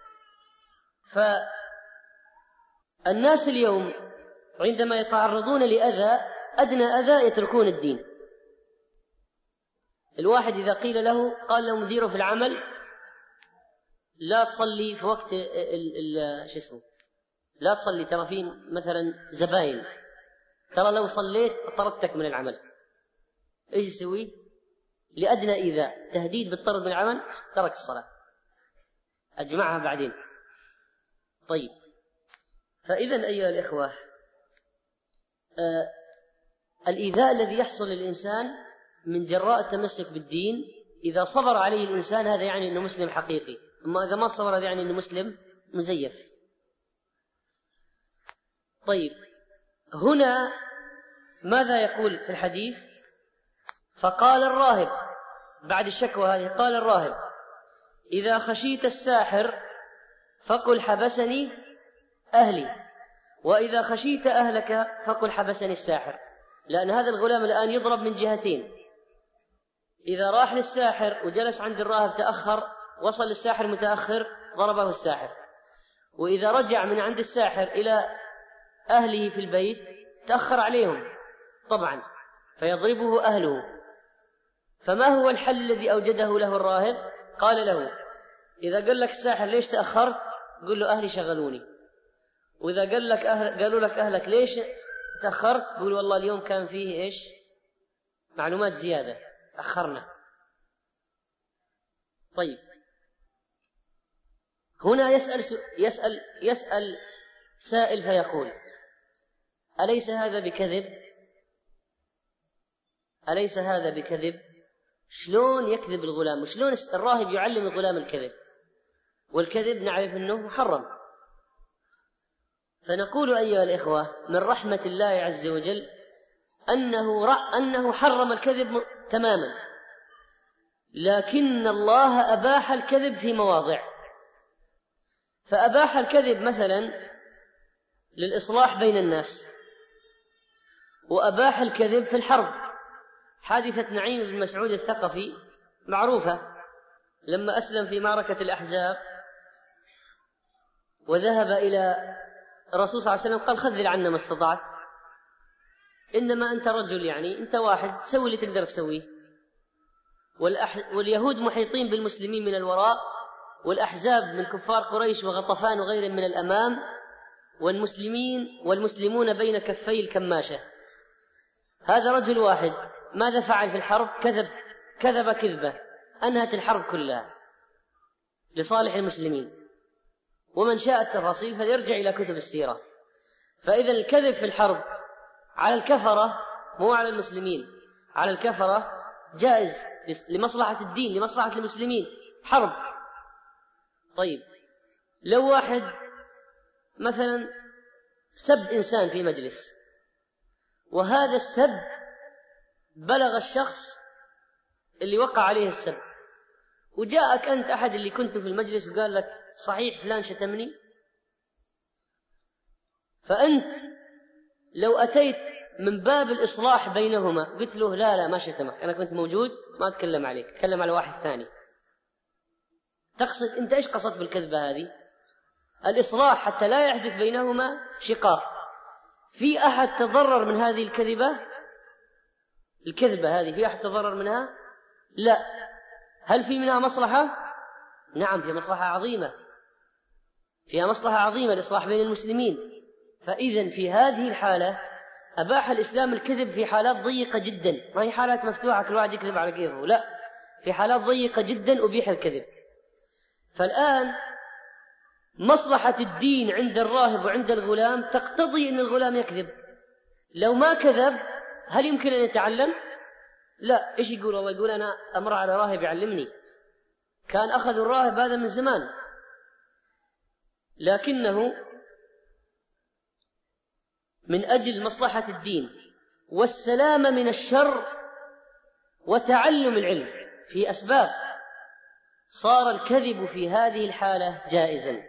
فالناس اليوم عندما يتعرضون لأذى، أدنى أذى يتركون الدين. الواحد إذا قيل له، قال له مديره في العمل لا تصلي في وقت ال ال شو اسمه لا تصلي ترى في مثلا زباين، ترى لو صليت طردتك من العمل، ايش يسوي؟ لأدنى إيذاء تهديد بالطرد من العمل ترك الصلاة، أجمعها بعدين. طيب، فإذا أيها الإخوة آه الإيذاء الذي يحصل للإنسان من جراء التمسك بالدين إذا صبر عليه الإنسان هذا يعني أنه مسلم حقيقي، أما إذا ما صبر هذا يعني أنه مسلم مزيف. طيب، هنا ماذا يقول في الحديث؟ فقال الراهب بعد الشكوى هذه، قال الراهب: إذا خشيت الساحر فقل حبسني أهلي، وإذا خشيت أهلك فقل حبسني الساحر. لأن هذا الغلام الآن يضرب من جهتين، إذا راح للساحر وجلس عند الراهب تأخر، وصل للساحر متأخر ضربه الساحر، وإذا رجع من عند الساحر إلى أهله في البيت تأخر عليهم طبعا فيضربه أهله. فما هو الحل الذي أوجده له الراهب؟ قال له: إذا قال لك الساحر ليش تأخرت قل له أهلي شغلوني، وإذا قال لك أهل قالوا لك أهلك ليش تأخرت قل والله اليوم كان فيه إيش معلومات زيادة أخرنا. طيب، هنا يسأل يسأل يسأل سائل فيقول: أليس هذا بكذب؟ أليس هذا بكذب؟ شلون يكذب الغلام؟ وشلون الراهب يعلم الغلام الكذب؟ والكذب نعرف أنه محرم. فنقول أيها الإخوة من رحمة الله عز وجل أنه أنه حرم الكذب تماما، لكن الله أباح الكذب في مواضع. فأباح الكذب مثلا للإصلاح بين الناس، وأباح الكذب في الحرب. حادثة نعيم بن مسعود الثقفي معروفة، لما أسلم في معركة الأحزاب وذهب إلى الرسول صلى الله عليه وسلم قال: خذل عنا ما استطعت، إنما أنت رجل، يعني أنت واحد، سوي اللي تقدر تسويه. والأح... واليهود محيطين بالمسلمين من الوراء، والأحزاب من كفار قريش وغطفان وغيرهم من الأمام، والمسلمين والمسلمون بين كفي الكماشة. هذا رجل واحد ماذا فعل في الحرب؟ كذب كذب كذبة أنهت الحرب كلها لصالح المسلمين. ومن شاء التفاصيل فليرجع إلى كتب السيرة. فإذا الكذب في الحرب على الكفرة مو على المسلمين، على الكفرة جائز لمصلحة الدين، لمصلحة المسلمين، حرب. طيب لو واحد مثلا سب إنسان في مجلس، وهذا السب بلغ الشخص اللي وقع عليه السب، وجاءك أنت أحد اللي كنت في المجلس وقال لك صحيح فلان شتمني، فأنت لو أتيت من باب الإصلاح بينهما قلت له لا لا ما شتمك، أنا كنت موجود ما أتكلم عليك، أتكلم على واحد ثاني، تقصد أنت إيش قصدت بالكذبة هذه؟ الإصلاح حتى لا يحدث بينهما شقاق. في أحد تضرر من هذه الكذبة؟ الكذبة هذه في أحد تضرر منها؟ لا. هل في منها مصلحة؟ نعم فيها مصلحة عظيمة، فيها مصلحة عظيمة الإصلاح بين المسلمين. فإذن في هذه الحالة أباح الإسلام الكذب في حالات ضيقة جدا، ما هي حالات مفتوحة كل واحد يكذب على كيفه، لا، في حالات ضيقة جدا أبيح الكذب. فالآن مصلحة الدين عند الراهب وعند الغلام تقتضي أن الغلام يكذب. لو ما كذب هل يمكن أن يتعلم؟ لا. إيش يقول الله؟ يقول أنا أمر على راهب يعلمني، كان أخذ الراهب هذا من زمان، لكنه من أجل مصلحة الدين والسلامة من الشر وتعلم العلم في أسباب، صار الكذب في هذه الحالة جائزا.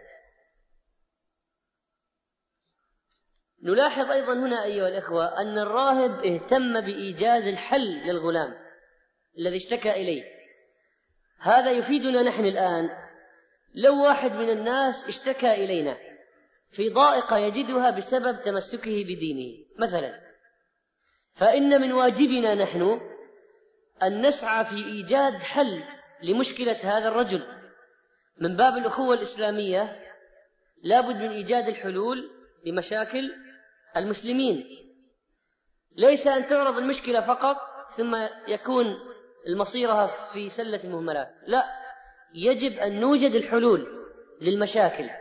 نلاحظ أيضا هنا أيها الإخوة أن الراهب اهتم بإيجاد الحل للغلام الذي اشتكى إليه. هذا يفيدنا نحن الآن. لو واحد من الناس اشتكى إلينا في ضائقة يجدها بسبب تمسكه بدينه مثلا، فإن من واجبنا نحن أن نسعى في إيجاد حل لمشكلة هذا الرجل. من باب الأخوة الإسلامية لابد من إيجاد الحلول لمشاكل المسلمين، ليس أن تعرض المشكلة فقط ثم يكون المصيرها في سلة المهملات، لا، يجب أن نوجد الحلول للمشاكل.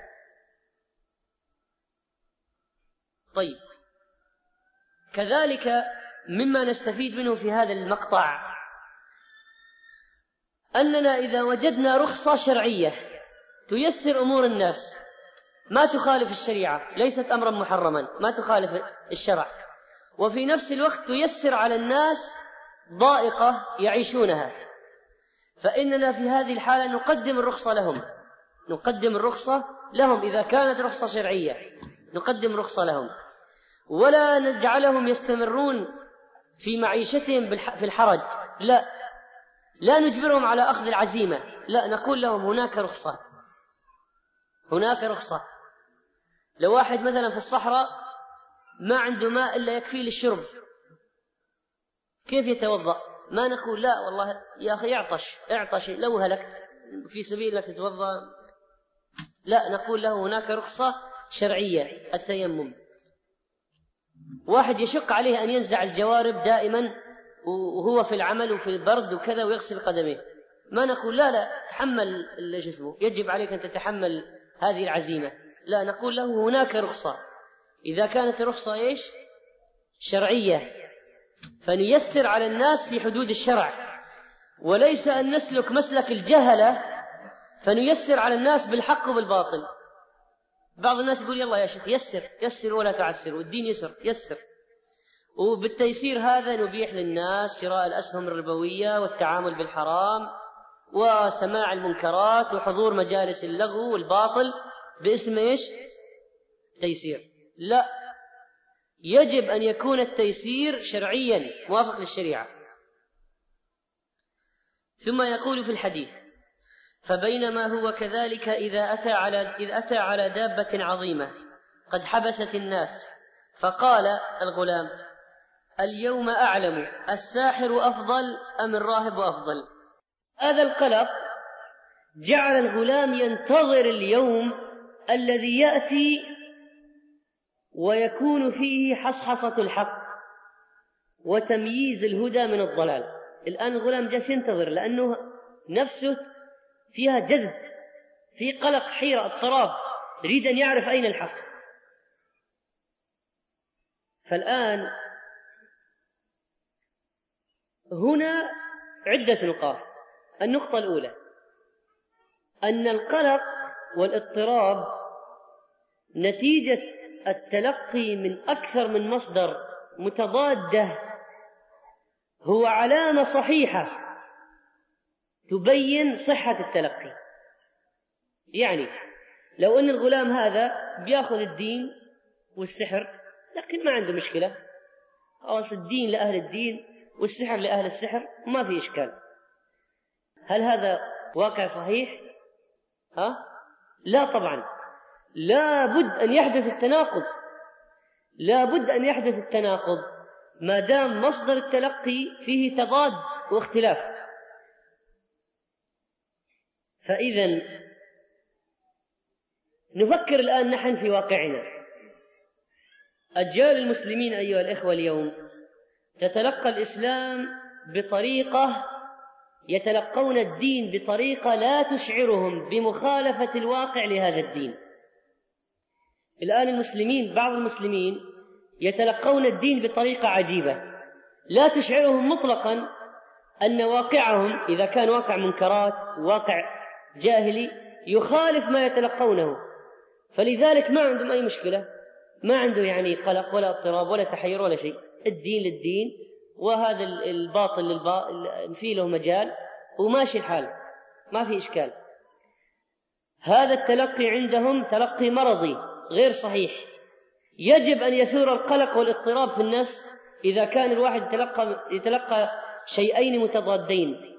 طيب كذلك مما نستفيد منه في هذا المقطع أننا إذا وجدنا رخصة شرعية تيسر أمور الناس ما تخالف الشريعة، ليست أمرا محرما، ما تخالف الشرع، وفي نفس الوقت تيسر على الناس ضائقة يعيشونها، فإننا في هذه الحالة نقدم الرخصة لهم، نقدم الرخصة لهم إذا كانت رخصة شرعية، نقدم رخصة لهم، ولا نجعلهم يستمرون في معيشتهم في الحرج، لا، لا نجبرهم على أخذ العزيمة، لا، نقول لهم هناك رخصة، هناك رخصة. لو واحد مثلا في الصحراء ما عنده ماء إلا يكفي للشرب، كيف يتوضأ؟ ما نقول لا والله يا أخي اعطش اعطش لو هلكت في سبيل أنك تتوضأ، لا، نقول له هناك رخصة شرعية التيمم. واحد يشق عليه أن ينزع الجوارب دائما وهو في العمل وفي البرد وكذا ويغسل قدميه، ما نقول لا لا تحمل جسمه، يجب عليك أن تتحمل هذه العزيمة، لا، نقول له هناك رخصة إذا كانت الرخصة إيش؟ شرعية، فنيسر على الناس في حدود الشرع، وليس أن نسلك مسلك الجهلة فنيسر على الناس بالحق وبالباطل. بعض الناس يقول يلا يا شيخ يسر يسر ولا تعسر، والدين يسر يسر، وبالتيسير هذا نبيح للناس شراء الأسهم الربوية والتعامل بالحرام وسماع المنكرات وحضور مجالس اللغو والباطل باسم إيش؟ تيسير. لا، يجب أن يكون التيسير شرعيا موافق للشريعة. ثم يقول في الحديث: فبينما هو كذلك إذا أتى على إذ أتى على دابة عظيمة قد حبست الناس، فقال الغلام: اليوم أعلم الساحر أفضل أم الراهب أفضل؟ هذا القلق جعل الغلام ينتظر اليوم الذي يأتي ويكون فيه حصحصة الحق وتمييز الهدى من الضلال. الآن الغلام جالس ينتظر لأنه نفسه فيها جذب، في قلق، حيرة، اضطراب، يريد أن يعرف أين الحق. فالآن هنا عدة نقاط. النقطة الأولى أن القلق والاضطراب نتيجة التلقي من أكثر من مصدر متضادة هو علامة صحيحة تبين صحة التلقي. يعني لو أن الغلام هذا بيأخذ الدين والسحر لكن ما عنده مشكلة، خلاص الدين لأهل الدين والسحر لأهل السحر، ما في إشكال. هل هذا واقع صحيح؟ ها؟ لا طبعا، لا بد أن يحدث التناقض، لا بد أن يحدث التناقض ما دام مصدر التلقي فيه تضاد واختلاف. فإذا نفكر الآن نحن في واقعنا. أجيال المسلمين أيها الإخوة اليوم تتلقى الإسلام بطريقة، يتلقون الدين بطريقة لا تشعرهم بمخالفة الواقع لهذا الدين. الآن المسلمين، بعض المسلمين يتلقون الدين بطريقة عجيبة لا تشعرهم مطلقا أن واقعهم إذا كان واقع منكرات، واقع جاهلي، يخالف ما يتلقونه، فلذلك ما عندهم أي مشكلة، ما عنده يعني قلق ولا اضطراب ولا تحير ولا شيء. الدين للدين وهذا الباطل للباطل فيه له مجال وماشي الحال، ما في إشكال. هذا التلقي عندهم تلقي مرضي غير صحيح. يجب أن يثور القلق والاضطراب في النفس إذا كان الواحد يتلقى, يتلقى شيئين متضادين.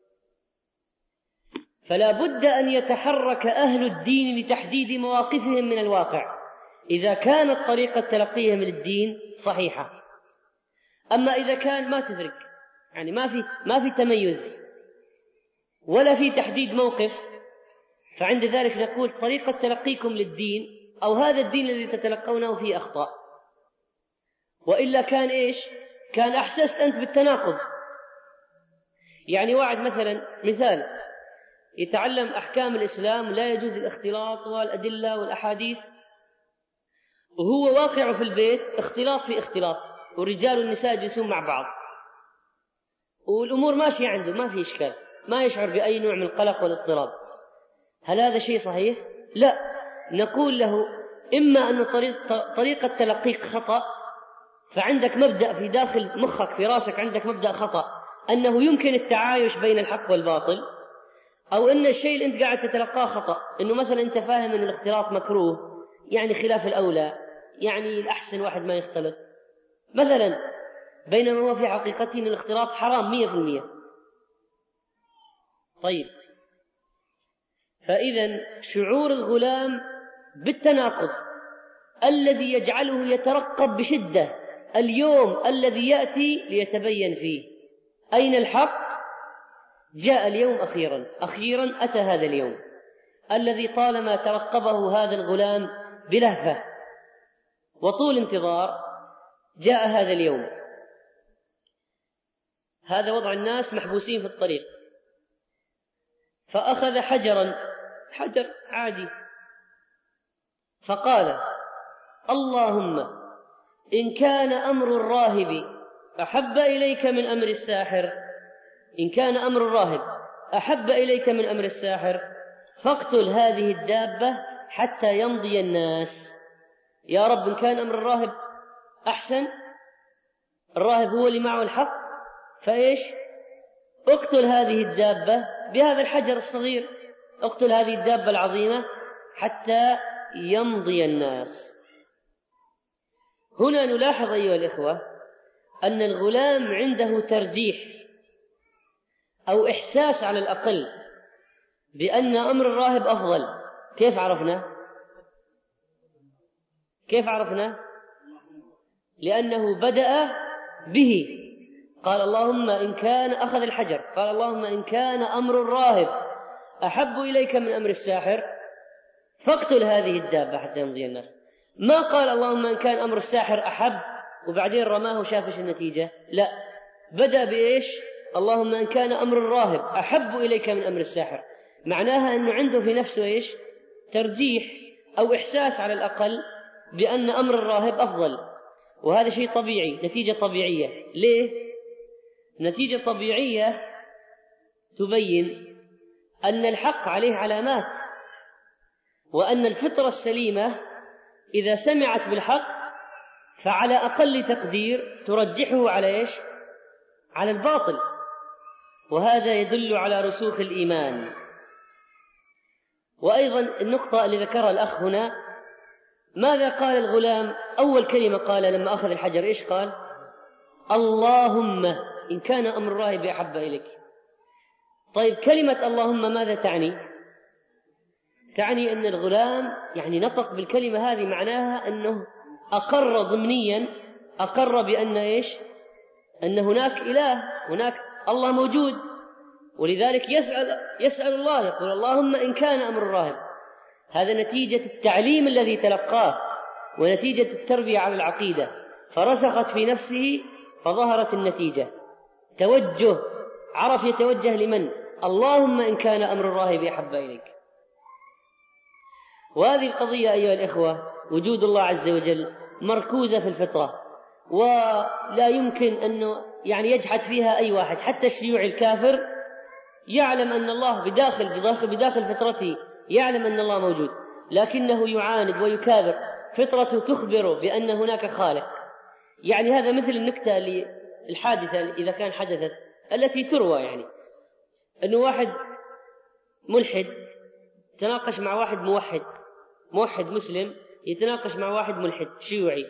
فلا بد أن يتحرك أهل الدين لتحديد مواقفهم من الواقع إذا كانت طريقة تلقيهم للدين صحيحة. أما إذا كان ما تدرك، يعني ما في ما في تميز ولا في تحديد موقف، فعند ذلك نقول طريقة تلقيكم للدين أو هذا الدين الذي تتلقونه فيه أخطاء. وإلا كان إيش؟ كان أحسست أنت بالتناقض. يعني واحد مثلا، مثال، يتعلم أحكام الإسلام، لا يجوز الاختلاط والأدلة والأحاديث، وهو واقع في البيت اختلاط في اختلاط، والرجال والنساء يجلسون مع بعض والأمور ماشية عنده، ما في إشكال، ما يشعر بأي نوع من القلق والاضطراب. هل هذا شيء صحيح؟ لا. نقول له إما أن طريقة تلقيك خطأ، فعندك مبدأ في داخل مخك في راسك، عندك مبدأ خطأ أنه يمكن التعايش بين الحق والباطل، أو أن الشيء اللي أنت قاعد تتلقاه خطأ، أنه مثلا أنت فاهم أن الاختلاط مكروه، يعني خلاف الأولى، يعني الأحسن واحد ما يختلط مثلا، بينما هو في حقيقته أن الاختلاط حرام مية في المية. طيب، فإذا شعور الغلام بالتناقض الذي يجعله يترقب بشدة اليوم الذي يأتي ليتبين فيه أين الحق، جاء اليوم أخيرا، أخيرا أتى هذا اليوم الذي طالما ترقبه هذا الغلام بلهفة وطول انتظار، جاء هذا اليوم. هذا وضع الناس محبوسين في الطريق، فأخذ حجرا، حجر عادي، فقال: اللهم إن كان أمر الراهب أحب إليك من أمر الساحر، إن كان أمر الراهب أحب إليك من أمر الساحر فاقتل هذه الدابة حتى يمضي الناس. يا رب، إن كان أمر الراهب أحسن، الراهب هو اللي معه الحق، فإيش؟ اقتل هذه الدابة بهذا الحجر الصغير، اقتل هذه الدابة العظيمة حتى يمضي الناس. هنا نلاحظ أيها الإخوة أن الغلام عنده ترجيح أو إحساس على الأقل بأن أمر الراهب أفضل. كيف عرفنا؟ كيف عرفنا؟ لأنه بدأ به، قال اللهم إن كان، أخذ الحجر، قال اللهم إن كان أمر الراهب أحب إليك من أمر الساحر فاقتل هذه الدابة حتى يمضي الناس. ما قال اللهم إن كان أمر الساحر أحب وبعدين رماه وشافش النتيجة، لا، بدأ بإيش؟ اللهم إن كان أمر الراهب أحب إليك من أمر الساحر، معناها أنه عنده في نفسه إيش؟ ترجيح أو إحساس على الأقل بأن أمر الراهب أفضل، وهذا شيء طبيعي، نتيجة طبيعية. ليه؟ نتيجة طبيعية تبين أن الحق عليه علامات، وأن الفطرة السليمة إذا سمعت بالحق فعلى أقل تقدير ترجحه على إيش؟ على الباطل، وهذا يدل على رسوخ الإيمان. وأيضا النقطة اللي ذكرها الأخ هنا، ماذا قال الغلام؟ أول كلمة قال لما أخذ الحجر إيش قال؟ اللهم إن كان أمر الراهب أحب إليك. طيب كلمة اللهم ماذا تعني؟ تعني أن الغلام يعني نطق بالكلمة هذه، معناها أنه أقر ضمنيا، أقر بأن إيش؟ أن هناك إله، هناك الله موجود، ولذلك يسأل يسأل الله، يقول اللهم إن كان أمر الراهب. هذا نتيجة التعليم الذي تلقاه ونتيجة التربية على العقيدة، فرسخت في نفسه فظهرت النتيجة، توجه، عرف يتوجه لمن؟ اللهم إن كان أمر الراهب أحب إليك. وهذه القضية أيها الإخوة وجود الله عز وجل مركوزة في الفطرة، ولا يمكن أنه يعني يجحد فيها أي واحد، حتى الشيوعي الكافر يعلم أن الله بداخل بداخل بداخل فطرته، يعلم أن الله موجود، لكنه يعاند ويكابر، فطرته تخبره بأن هناك خالق. يعني هذا مثل النكتة اللي الحادثة إذا كان حدثت التي تروى، يعني أنه واحد ملحد تناقش مع واحد موحد، موحد مسلم يتناقش مع واحد ملحد شيوعي،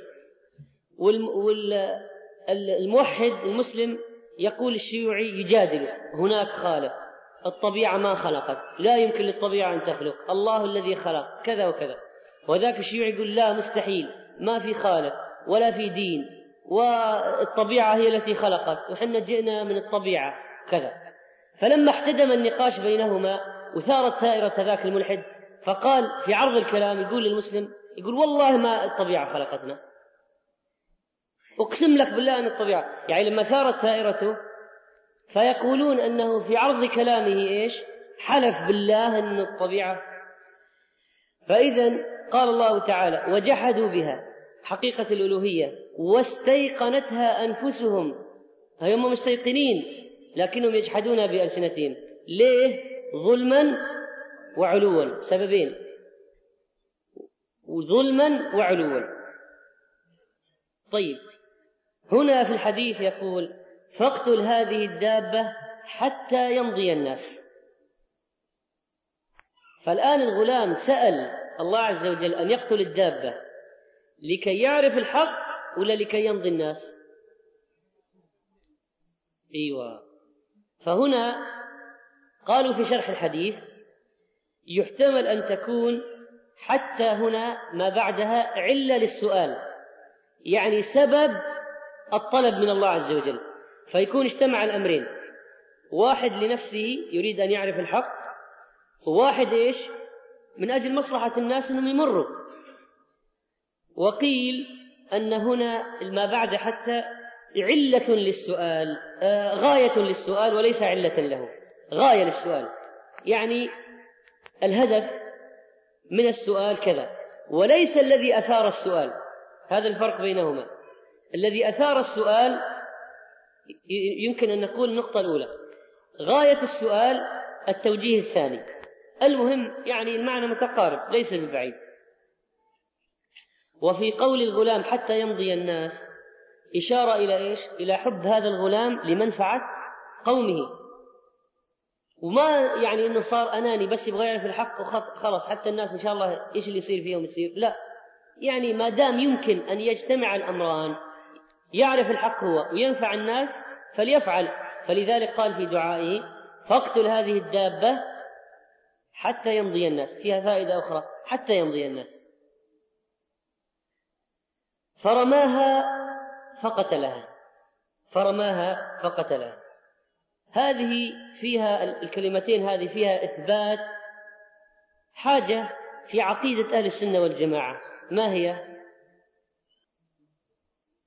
والموحد المسلم يقول الشيوعي يجادل هناك خالق، الطبيعة ما خلقت، لا يمكن للطبيعة أن تخلق، الله الذي خلق كذا وكذا. وذاك الشيوعي يقول لا، مستحيل، ما في خالق ولا في دين، والطبيعة هي التي خلقت، وحنا جئنا من الطبيعة كذا. فلما احتدم النقاش بينهما وثارت ثائرة ذاك الملحد، فقال في عرض الكلام يقول للمسلم، يقول والله ما الطبيعة خلقتنا، أقسم لك بالله أن الطبيعة، يعني لما ثارت ثائرته فيقولون أنه في عرض كلامه إيش؟ حلف بالله أن الطبيعة. فإذا قال الله تعالى وجحدوا بها، حقيقة الألوهية، واستيقنتها أنفسهم، هم مستيقنين لكنهم يجحدون بألسنتهم. ليه؟ ظلما وعلوا، سببين، وظلما وعلوا. طيب هنا في الحديث يقول فاقتل هذه الدابة حتى يمضي الناس. فالآن الغلام سأل الله عز وجل أن يقتل الدابة لكي يعرف الحق ولا لكي يمضي الناس؟ أيوة. فهنا قالوا في شرح الحديث يحتمل أن تكون حتى هنا ما بعدها علة للسؤال، يعني سبب الطلب من الله عز وجل، فيكون اجتمع الأمرين، واحد لنفسه يريد أن يعرف الحق، وواحد إيش؟ من أجل مصلحة الناس أنهم يمروا. وقيل أن هنا ما بعد حتى علة للسؤال، آه غاية للسؤال وليس علة له، غاية للسؤال، يعني الهدف من السؤال كذا، وليس الذي أثار السؤال. هذا الفرق بينهما. الذي أثار السؤال يمكن أن نقول النقطة الأولى، غاية السؤال التوجيه الثاني. المهم يعني المعنى متقارب ليس ببعيد. وفي قول الغلام حتى يمضي الناس إشارة إلى إيش؟ إلى حب هذا الغلام لمنفعة قومه، وما يعني إنه صار أناني بس يبغى يعرف الحق وخلاص حتى الناس إن شاء الله إيش اللي يصير فيهم يصير، لا، يعني ما دام يمكن أن يجتمع الأمران، يعرف الحق هو وينفع الناس فليفعل. فلذلك قال في دعائه فاقتل هذه الدابة حتى يمضي الناس، فيها فائدة أخرى، حتى يمضي الناس. فرماها فقتلها، فرماها فقتلها. هذه فيها الكلمتين هذه فيها إثبات حاجة في عقيدة أهل السنة والجماعة. ما هي؟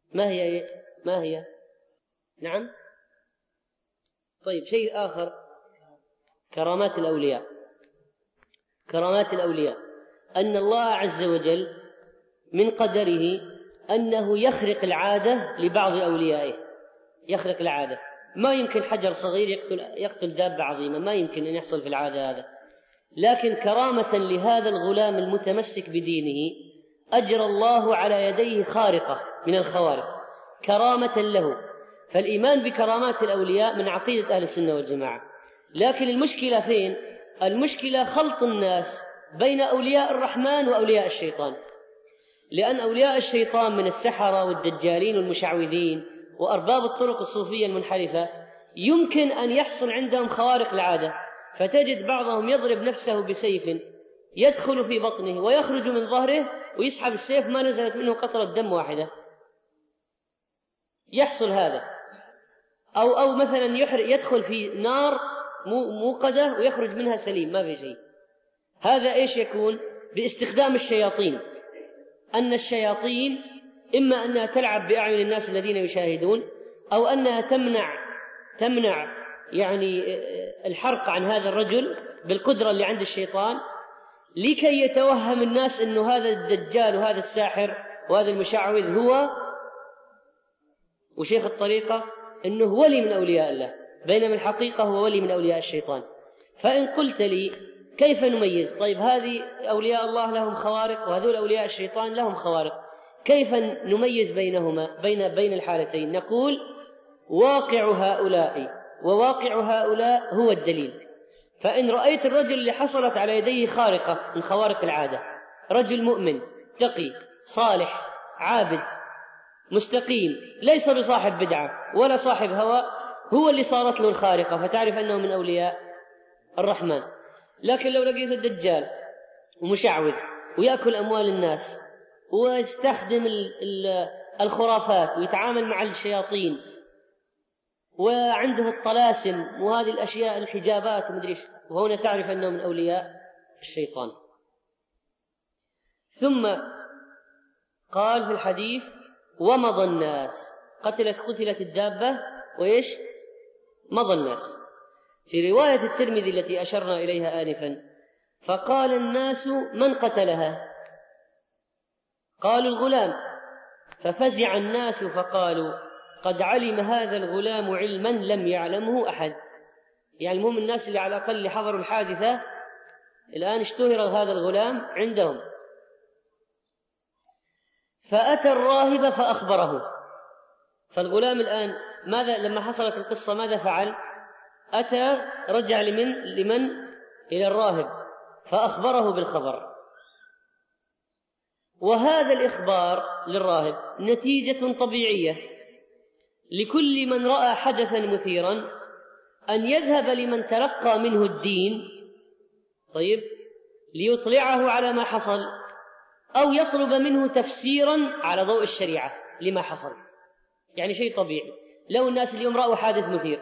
ما هي ما هي نعم. طيب شيء آخر، كرامات الأولياء. كرامات الأولياء أن الله عز وجل من قدره أنه يخرق العادة لبعض أوليائه، يخرق العادة. ما يمكن حجر صغير يقتل, يقتل دابة عظيمة، ما يمكن أن يحصل في العادة هذا، لكن كرامة لهذا الغلام المتمسك بدينه أجرى الله على يديه خارقة من الخوارق كرامة له. فالإيمان بكرامات الأولياء من عقيدة أهل السنة والجماعة. لكن المشكلة فين؟ المشكلة خلط الناس بين أولياء الرحمن وأولياء الشيطان، لأن أولياء الشيطان من السحرة والدجالين والمشعوذين وأرباب الطرق الصوفية المنحرفة يمكن أن يحصل عندهم خوارق العادة، فتجد بعضهم يضرب نفسه بسيف يدخل في بطنه ويخرج من ظهره ويسحب السيف ما نزلت منه قطرة دم واحدة، يحصل هذا. أو, أو مثلا يدخل في نار موقدة ويخرج منها سليم ما في شيء. هذا إيش يكون؟ باستخدام الشياطين، أن الشياطين إما أنها تلعب بأعين الناس الذين يشاهدون، أو أنها تمنع تمنع يعني الحرق عن هذا الرجل بالقدرة اللي عند الشيطان، لكي يتوهم الناس أنه هذا الدجال وهذا الساحر وهذا المشعوذ هو وشيخ الطريقة أنه ولي من أولياء الله، بينما الحقيقة هو ولي من أولياء الشيطان. فإن قلت لي كيف نميز؟ طيب هذه أولياء الله لهم خوارق وهذول أولياء الشيطان لهم خوارق، كيف نميز بينهما بين بين الحالتين؟ نقول واقع هؤلاء وواقع هؤلاء هو الدليل. فإن رأيت الرجل اللي حصلت على يديه خارقة من خوارق العادة، رجل مؤمن تقي صالح عابد مستقيم ليس بصاحب بدعة ولا صاحب هوى، هو اللي صارت له الخارقة، فتعرف أنه من أولياء الرحمن. لكن لو لقيت الدجال ومشعوذ ويأكل أموال الناس ويستخدم الخرافات ويتعامل مع الشياطين وعنده الطلاسم وهذه الأشياء الحجابات ومدري إيش، وهنا تعرف أنه من أولياء الشيطان. ثم قال في الحديث ومضى الناس، قتلت قتلت الدابة وإيش مضى الناس. في رواية الترمذي التي أشرنا إليها آنفا فقال الناس من قتلها؟ قالوا الغلام، ففزع الناس فقالوا قد علم هذا الغلام علما لم يعلمه أحد. يعني المهم الناس اللي على الأقل حضروا الحادثة الآن اشتهر هذا الغلام عندهم. فأتى الراهب فأخبره. فالغلام الآن ماذا لما حصلت القصة ماذا فعل؟ أتى رجع لمن لمن إلى الراهب فأخبره بالخبر. وهذا الإخبار للراهب نتيجة طبيعية لكل من رأى حدثا مثيرا أن يذهب لمن تلقى منه الدين طيب ليطلعه على ما حصل، أو يطلب منه تفسيرا على ضوء الشريعة لما حصل. يعني شيء طبيعي. لو الناس اليوم رأوا حادث مثير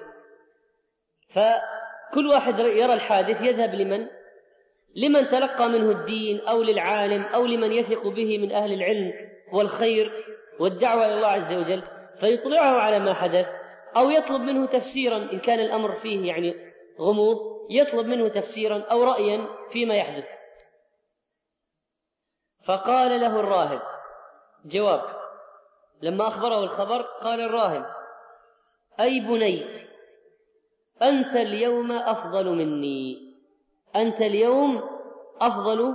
فكل واحد يرى الحادث يذهب لمن لمن تلقى منه الدين أو للعالم أو لمن يثق به من أهل العلم والخير والدعوة إلى الله عز وجل فيطلعه على ما حدث، أو يطلب منه تفسيرا إن كان الأمر فيه يعني غموض، يطلب منه تفسيرا أو رأيا فيما يحدث. فقال له الراهب جواب لما أخبره الخبر، قال الراهب أي بني أنت اليوم أفضل مني، أنت اليوم أفضل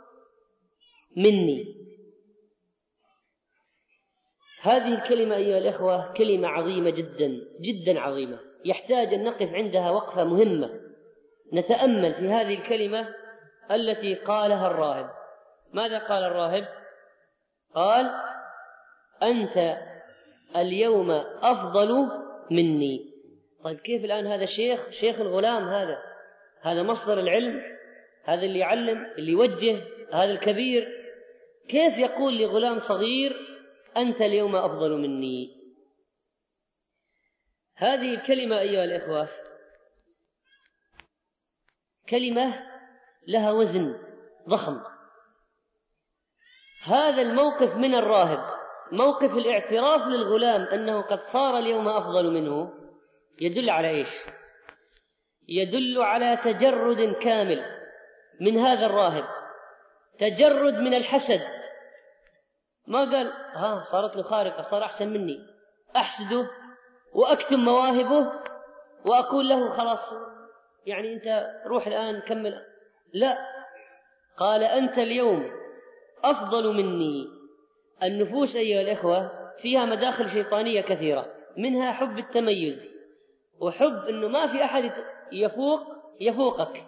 مني. هذه الكلمة أيها الإخوة كلمة عظيمة جدا جدا عظيمة، يحتاج أن نقف عندها وقفة مهمة نتأمل في هذه الكلمة التي قالها الراهب. ماذا قال الراهب؟ قال أنت اليوم أفضل مني. طيب كيف الآن هذا شيخ شيخ الغلام، هذا هذا مصدر العلم، هذا اللي يعلم اللي يوجه، هذا الكبير، كيف يقول لغلام صغير أنت اليوم أفضل مني؟ هذه الكلمة أيها الإخوة كلمة لها وزن ضخم. هذا الموقف من الراهب موقف الاعتراف للغلام أنه قد صار اليوم أفضل منه يدل على إيش؟ يدل على تجرد كامل من هذا الراهب، تجرد من الحسد. ما قال ها صارت له خارقة، صار أحسن مني، أحسده وأكتم مواهبه وأقول له خلاص يعني أنت روح الآن كمل. لا، قال أنت اليوم أفضل مني. النفوس أيها الإخوة فيها مداخل شيطانية كثيرة، منها حب التميز وحب أنه ما في أحد يفوق يفوقك.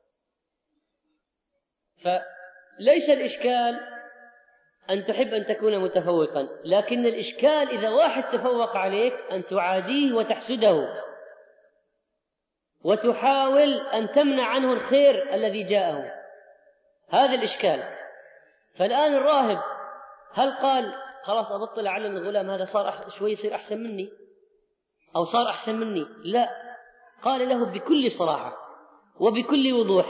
فليس الإشكال أن تحب أن تكون متفوقا، لكن الإشكال إذا واحد تفوق عليك أن تعاديه وتحسده وتحاول أن تمنع عنه الخير الذي جاءه. هذا الإشكال. فالآن الراهب هل قال خلاص أبطل على الغلام هذا صار شوي يصير أحسن مني أو صار أحسن مني؟ لا، قال له بكل صراحة وبكل وضوح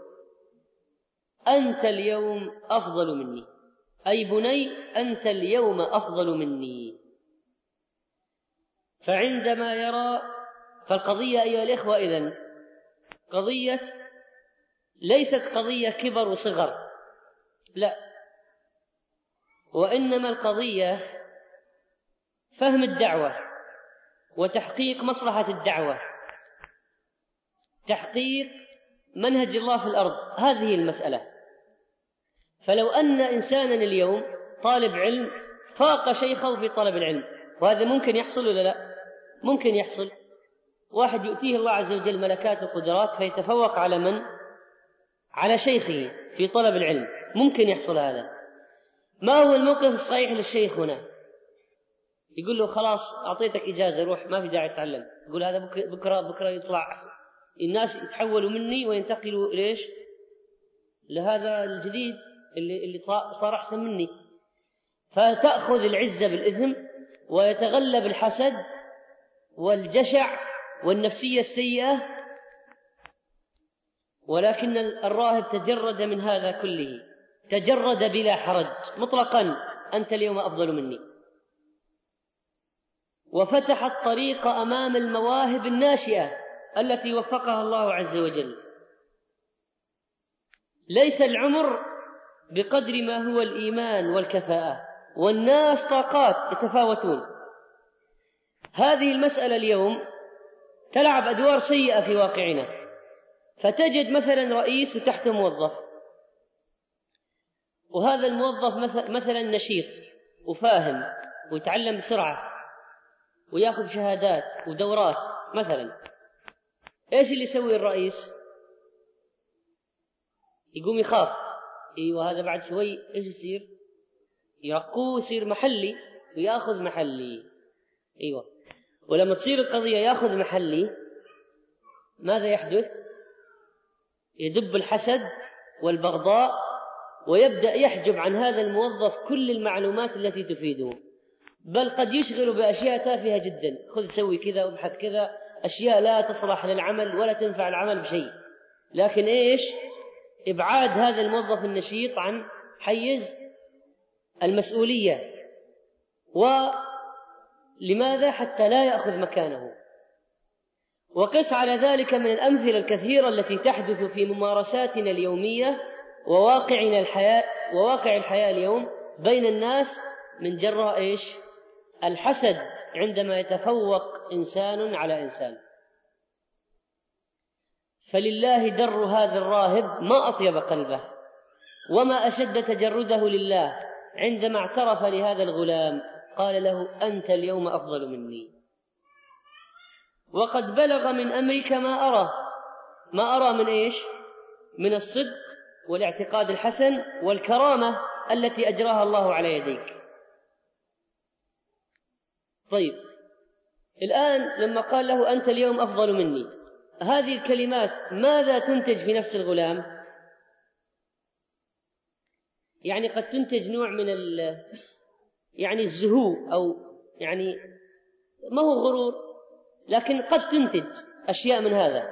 أنت اليوم أفضل مني، أي بني أنت اليوم أفضل مني. فعندما يرى فالقضية أيها الإخوة إذن قضية ليست قضية كبر وصغر، لا، وإنما القضية فهم الدعوة وتحقيق مصلحة الدعوة، تحقيق منهج الله في الأرض. هذه المسألة. فلو أن إنسانا اليوم طالب علم فاق شيخه في طلب العلم، وهذا ممكن يحصل ولا لا؟ ممكن يحصل. واحد يؤتيه الله عز وجل ملكات وقدرات فيتفوق على من؟ على شيخه في طلب العلم، ممكن يحصل هذا. ما هو الموقف الصحيح للشيخ هنا؟ يقول له خلاص أعطيتك إجازة روح، ما في داعي تتعلم. يقول هذا بكرة بكرة يطلع أحسن، الناس يتحولوا مني وينتقلوا ليش؟ لهذا الجديد اللي اللي صار أحسن مني. فتأخذ العزة بالإثم ويتغلب الحسد والجشع والنفسية السيئة. ولكن الراهب تجرد من هذا كله، تجرد بلا حرج مطلقا أنت اليوم أفضل مني، وفتح الطريق أمام المواهب الناشئة التي وفقها الله عز وجل. ليس العمر بقدر ما هو الإيمان والكفاءة، والناس طاقات يتفاوتون. هذه المسألة اليوم تلعب أدوار سيئة في واقعنا، فتجد مثلا رئيس وتحته موظف، وهذا الموظف مثلا نشيط وفاهم ويتعلم بسرعة ويأخذ شهادات ودورات مثلا. إيش اللي يسوي الرئيس؟ يقوم يخاف، ايوه هذا بعد شوي ايش يصير؟ يرقوه يصير محلي وياخذ محلي. ايوه، ولما تصير القضيه ياخذ محلي ماذا يحدث؟ يدب الحسد والبغضاء، ويبدا يحجب عن هذا الموظف كل المعلومات التي تفيده، بل قد يشغل باشياء تافهه جدا. خذ سوي كذا وابحث كذا، اشياء لا تصلح للعمل ولا تنفع العمل بشيء. لكن ايش؟ إبعاد هذا الموظف النشيط عن حيز المسؤولية. ولماذا؟ حتى لا يأخذ مكانه. وقس على ذلك من الأمثلة الكثيرة التي تحدث في ممارساتنا اليومية وواقعنا الحياة وواقع الحياة اليوم بين الناس من جراء إيش؟ الحسد، عندما يتفوق إنسان على إنسان. فلله در هذا الراهب ما أطيب قلبه وما أشد تجرده لله عندما اعترف لهذا الغلام، قال له أنت اليوم أفضل مني، وقد بلغ من أمرك ما أرى. ما أرى من إيش؟ من الصدق والاعتقاد الحسن والكرامة التي أجراها الله على يديك. طيب، الآن لما قال له أنت اليوم أفضل مني، هذه الكلمات ماذا تنتج في نفس الغلام؟ يعني قد تنتج نوع من ال يعني الزهو، أو يعني ما هو غرور، لكن قد تنتج أشياء من هذا.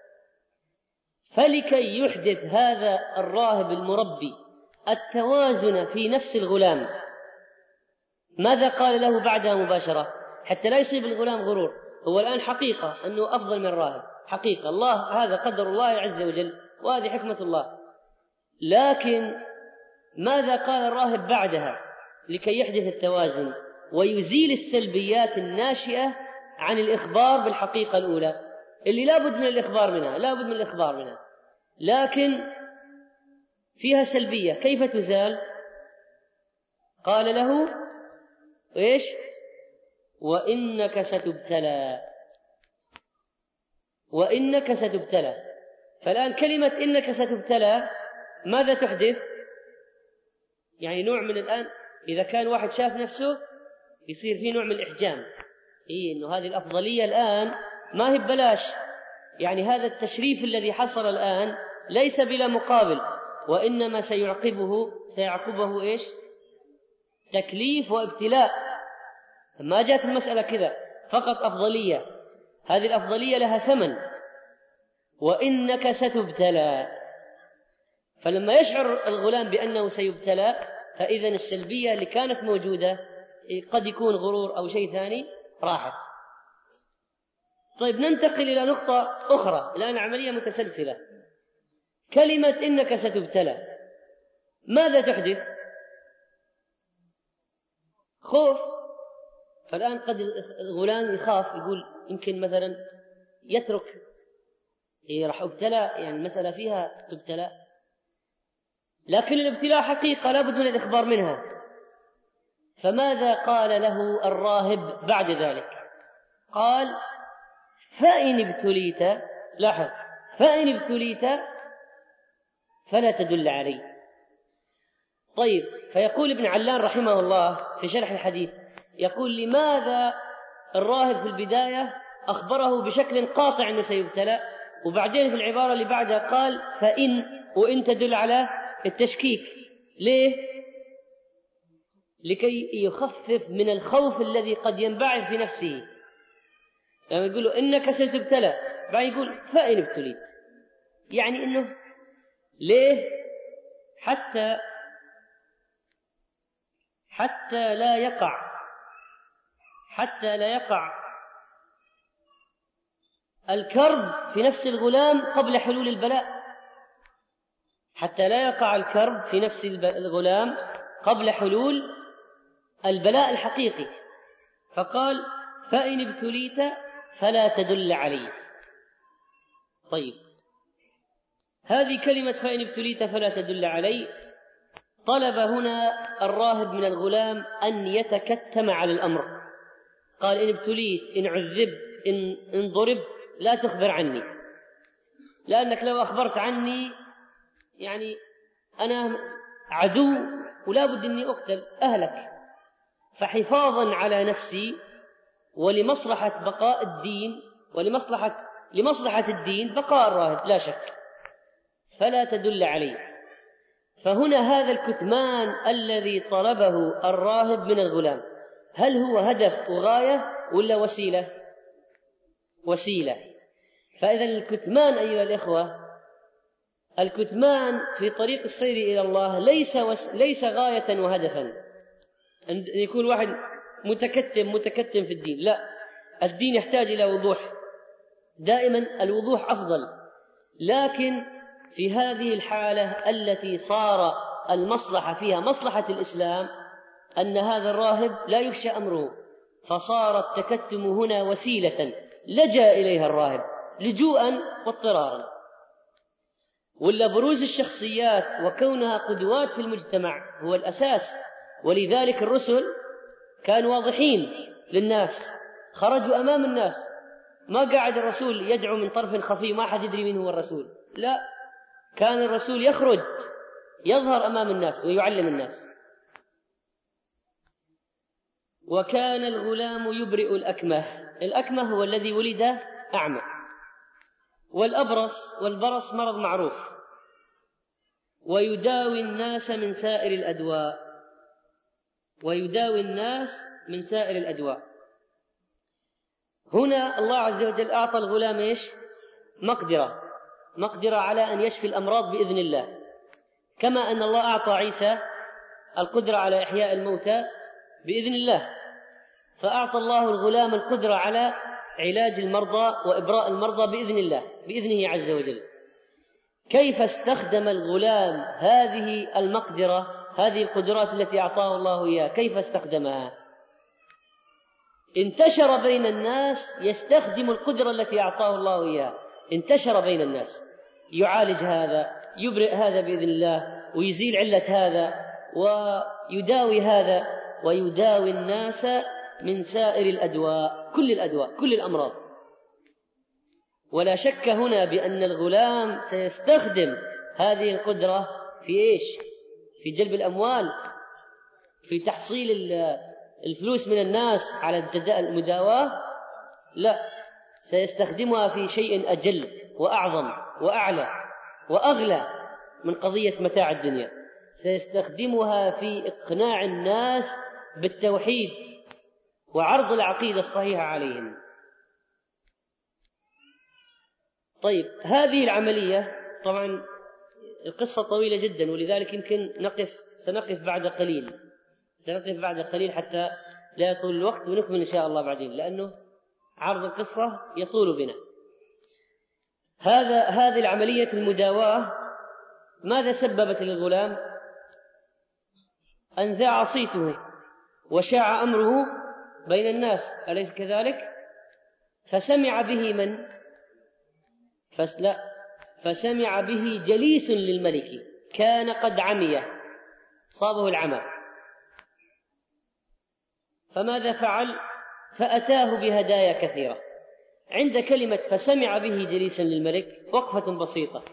فلكي يحدث هذا الراهب المربي التوازن في نفس الغلام ماذا قال له بعدها مباشرة حتى لا يصيب الغلام غرور؟ هو الآن حقيقة أنه أفضل من الراهب، حقيقة الله، هذا قدر الله عز وجل وهذه حكمة الله. لكن ماذا قال الراهب بعدها لكي يحدث التوازن ويزيل السلبيات الناشئة عن الإخبار بالحقيقة الأولى اللي لا بد من الإخبار منها، لا بد من الإخبار منها، لكن فيها سلبية، كيف تزال؟ قال له إيش؟ وإنك ستبتلى، وإنك ستبتلى. فالآن كلمة إنك ستبتلى ماذا تحدث؟ يعني نوع من الآن إذا كان واحد شاف نفسه يصير فيه نوع من الإحجام، إيه إنه هذه الأفضلية الآن ما هي ببلاش، يعني هذا التشريف الذي حصل الآن ليس بلا مقابل، وإنما سيعقبه سيعقبه إيش؟ تكليف وابتلاء. ما جاءت المسألة كذا فقط أفضلية، هذه الأفضلية لها ثمن، وإنك ستبتلى. فلما يشعر الغلام بأنه سيبتلى فإذا السلبية اللي كانت موجودة قد يكون غرور أو شيء ثاني راحت. طيب ننتقل إلى نقطة أخرى، الآن عملية متسلسلة. كلمة إنك ستبتلى ماذا تحدث؟ خوف. فالآن قد الغلام يخاف، يقول يمكن مثلا يترك، إيه راح أبتلى، يعني المسألة فيها تبتلى، لكن الابتلاء حقيقة لا بد من الإخبار منها. فماذا قال له الراهب بعد ذلك؟ قال فإن ابتليت، لاحظ، فإن ابتليت فلا تدل علي. طيب، فيقول ابن علان رحمه الله في شرح الحديث، يقول لماذا الراهب في البداية أخبره بشكل قاطع أنه سيبتلى، وبعدين في العبارة اللي بعدها قال فإن، وإن تدل على التشكيك. ليه؟ لكي يخفف من الخوف الذي قد ينبعث في نفسه. يعني يقول له إنك ستبتلى، بعد يقول فإن ابتليت، يعني إنه ليه؟ حتى حتى لا يقع حتى لا يقع الكرب في نفس الغلام قبل حلول البلاء، حتى لا يقع الكرب في نفس الغلام قبل حلول البلاء الحقيقي. فقال فإن ابتليت فلا تدل علي. طيب، هذه كلمة فإن ابتليت فلا تدل علي، طلب هنا الراهب من الغلام أن يتكتم على الأمر. قال إن ابتليت، إن عذبت، إن, إن ضربت لا تخبر عني، لأنك لو أخبرت عني يعني أنا عدو ولا بد أني أقتل أهلك. فحفاظا على نفسي ولمصلحة بقاء الدين ولمصلحة لمصلحة الدين بقاء الراهب لا شك، فلا تدل عليه. فهنا هذا الكتمان الذي طلبه الراهب من الغلام، هل هو هدف وغاية ولا وسيلة؟ وسيلة. فإذا الكتمان أيها الإخوة، الكتمان في طريق السير إلى الله ليس وس... ليس غاية وهدفا، أن يكون واحد متكتم متكتم في الدين، لا، الدين يحتاج إلى وضوح، دائما الوضوح أفضل. لكن في هذه الحالة التي صار المصلحة فيها مصلحة الإسلام، أن هذا الراهب لا يخشى أمره، فصار التكتم هنا وسيلة لجأ إليها الراهب لجوءا واضطرارا. ولا بروز الشخصيات وكونها قدوات في المجتمع هو الأساس، ولذلك الرسل كانوا واضحين للناس، خرجوا أمام الناس، ما قاعد الرسول يدعو من طرف خفي ما حد يدري من هو الرسول، لا، كان الرسول يخرج يظهر أمام الناس ويعلم الناس. وكان الغلام يبرئ الأكمه، الأكمه هو الذي ولد أعمى، والأبرص والبرص مرض معروف، ويداوي الناس من سائر الأدواء، ويداوي الناس من سائر الأدواء. هنا الله عز وجل أعطى الغلام إيش؟ مقدرة مقدرة على أن يشفي الأمراض بإذن الله، كما أن الله أعطى عيسى القدرة على إحياء الموتى بإذن الله، فأعطى الله الغلام القدرة على علاج المرضى وإبراء المرضى بإذن الله، بإذنه عز وجل. كيف استخدم الغلام هذه المقدرة، هذه القدرات التي أعطاه الله إياها، كيف استخدمها؟ انتشر بين الناس يستخدم القدرة التي أعطاه الله إياها، انتشر بين الناس، يعالج هذا، يبرئ هذا بإذن الله، ويزيل علة هذا، ويداوي هذا، ويداوي الناس من سائر الأدواء، كل الأدواء، كل الأمراض. ولا شك هنا بأن الغلام سيستخدم هذه القدرة في إيش؟ في جلب الأموال، في تحصيل الفلوس من الناس على المداواة؟ لا، سيستخدمها في شيء أجل وأعظم وأعلى وأغلى من قضية متاع الدنيا، سيستخدمها في إقناع الناس بالتوحيد وعرض العقيدة الصحيحة عليهم. طيب، هذه العملية طبعا القصة طويلة جدا، ولذلك يمكن نقف سنقف بعد قليل سنقف بعد قليل حتى لا يطول الوقت، ونكمل إن شاء الله بعدين، لأنه عرض القصة يطول بنا. هذا هذه العملية المداواة ماذا سببت للغلام؟ أن ذاع صيته وشاع أمره بين الناس، أليس كذلك؟ فسمع به من؟ فسلا فسمع به جليس للملك كان قد عمي، صابه العمى، فماذا فعل؟ فأتاه بهدايا كثيرة. عند كلمة فسمع به جليسا للملك وقفة بسيطة.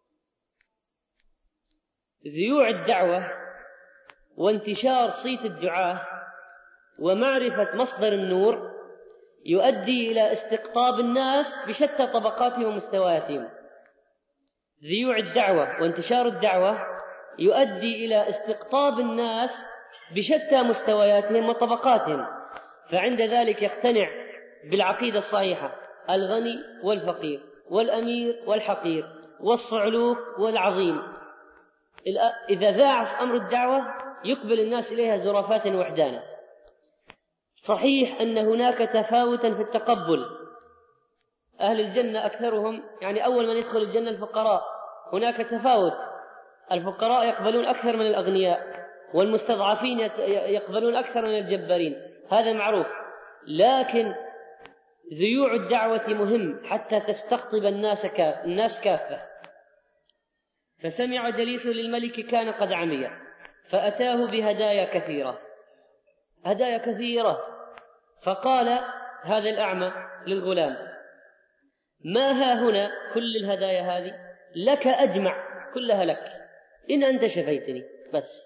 ذيوع الدعوة وانتشار صيت الدعاة ومعرفة مصدر النور يؤدي إلى استقطاب الناس بشتى طبقاتهم ومستوياتهم. ذيوع الدعوة وانتشار الدعوة يؤدي إلى استقطاب الناس بشتى مستوياتهم وطبقاتهم، فعند ذلك يقتنع بالعقيدة الصحيحة الغني والفقير والأمير والحقير والصعلوك والعظيم. إذا ذاع أمر الدعوة يقبل الناس إليها زرافات وحدانا. صحيح أن هناك تفاوتا في التقبل، أهل الجنة أكثرهم، يعني أول من يدخل الجنة الفقراء، هناك تفاوت، الفقراء يقبلون أكثر من الأغنياء، والمستضعفين يقبلون أكثر من الجبارين، هذا معروف. لكن ذيوع الدعوة مهم حتى تستقطب الناس كاف الناس كافة. فسمع جليس للملك كان قد عمي فأتاه بهدايا كثيرة، هدايا كثيرة. فقال هذا الأعمى للغلام: ما ها هنا كل الهدايا هذه لك أجمع، كلها لك إن أنت شفيتني بس.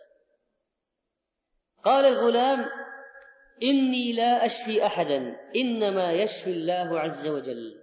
قال الغلام: إني لا أشفي أحدا إنما يشفي الله عز وجل.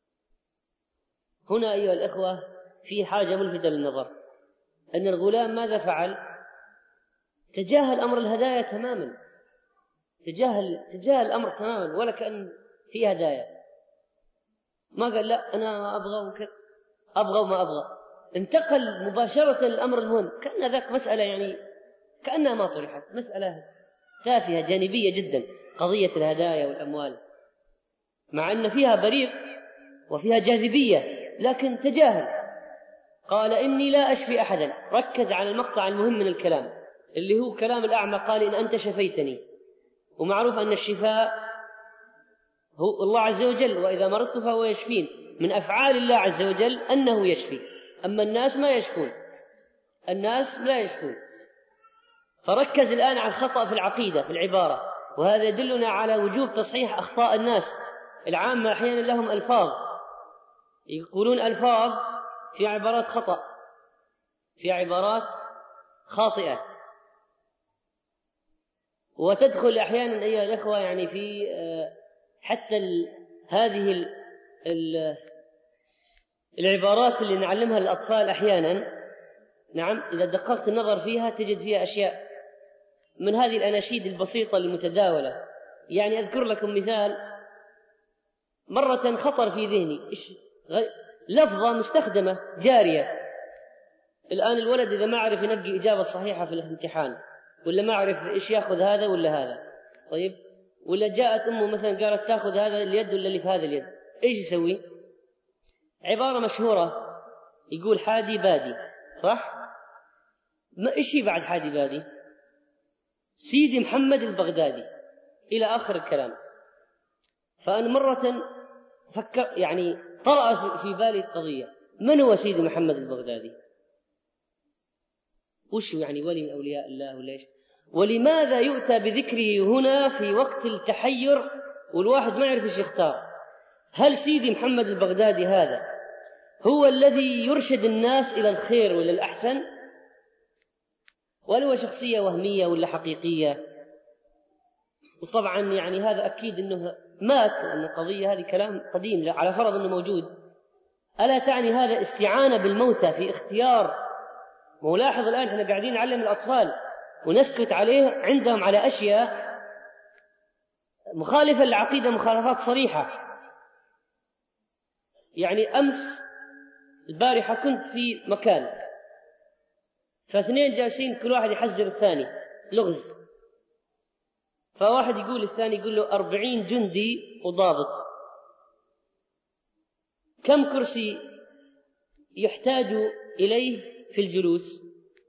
هنا أيها الأخوة في حاجة ملفتة للنظر، أن الغلام ماذا فعل؟ تجاهل أمر الهدايا تماما، تجاهل تجاهل الأمر تماما، ولا كأن في هدايا. ما قال لا أنا أبغى وكذا، أبغى وما أبغى، انتقل مباشرة للأمر المهم، كأن ذاك مسألة يعني كأنها ما طرحت، مسألة تافهة جانبية جدا، قضية الهدايا والأموال، مع أن فيها بريق وفيها جاذبية، لكن تجاهل. قال: إني لا أشفي أحدا. ركز على المقطع المهم من الكلام اللي هو كلام الأعمى، قال: إن أنت شفيتني. ومعروف أن الشفاء هو الله عز وجل، وإذا مرضت فهو يشفين، من أفعال الله عز وجل أنه يشفي، أما الناس ما يشفون، الناس لا يشفون. فركز الآن على الخطأ في العقيدة في العبارة، وهذا يدلنا على وجوب تصحيح أخطاء الناس العامة. أحيانا لهم ألفاظ يقولون ألفاظ في عبارات خطأ، في عبارات خاطئة، وتدخل أحيانا أيها الأخوة يعني في حتى ال هذه ال ال العبارات اللي نعلمها للأطفال أحيانا، نعم، إذا دققت النظر فيها تجد فيها أشياء من هذه الأناشيد البسيطة المتداولة. يعني أذكر لكم مثال مرة خطر في ذهني، لفظة مستخدمة جارية. الآن الولد إذا ما عرف ينقي إجابة صحيحة في الامتحان، ولا ما عرف إيش يأخذ هذا ولا هذا، طيب، ولا جاءت أمه مثلا قالت تأخذ هذا اليد ولا اللي في هذا اليد، إيش يسوي؟ عبارة مشهورة يقول حادي بادي، صح؟ ما إيش بعد حادي بادي؟ سيدي محمد البغدادي إلى آخر الكلام. فأنا مرة فكر يعني طرأ في بالي القضية، من هو سيدي محمد البغدادي؟ وش يعني ولي من أولياء الله ولا إيش؟ ولماذا يؤتى بذكره هنا في وقت التحير والواحد ما يعرف إيش يختار؟ هل سيدي محمد البغدادي هذا هو الذي يرشد الناس إلى الخير ولا الأحسن، ولا هو شخصية وهمية ولا حقيقية؟ وطبعا يعني هذا أكيد أنه مات، لأن القضية هذه كلام قديم على فرض أنه موجود. ألا تعني هذا استعانة بالموتى في اختيار؟ ولاحظ الآن احنا قاعدين نعلم الأطفال ونسكت عليه عندهم على أشياء مخالفة للعقيدة مخالفات صريحة. يعني أمس البارحة كنت في مكان، فاثنين جالسين كل واحد يحذر الثاني لغز، فواحد يقول للثاني يقول له أربعين جندي وضابط كم كرسي يحتاج إليه في الجلوس؟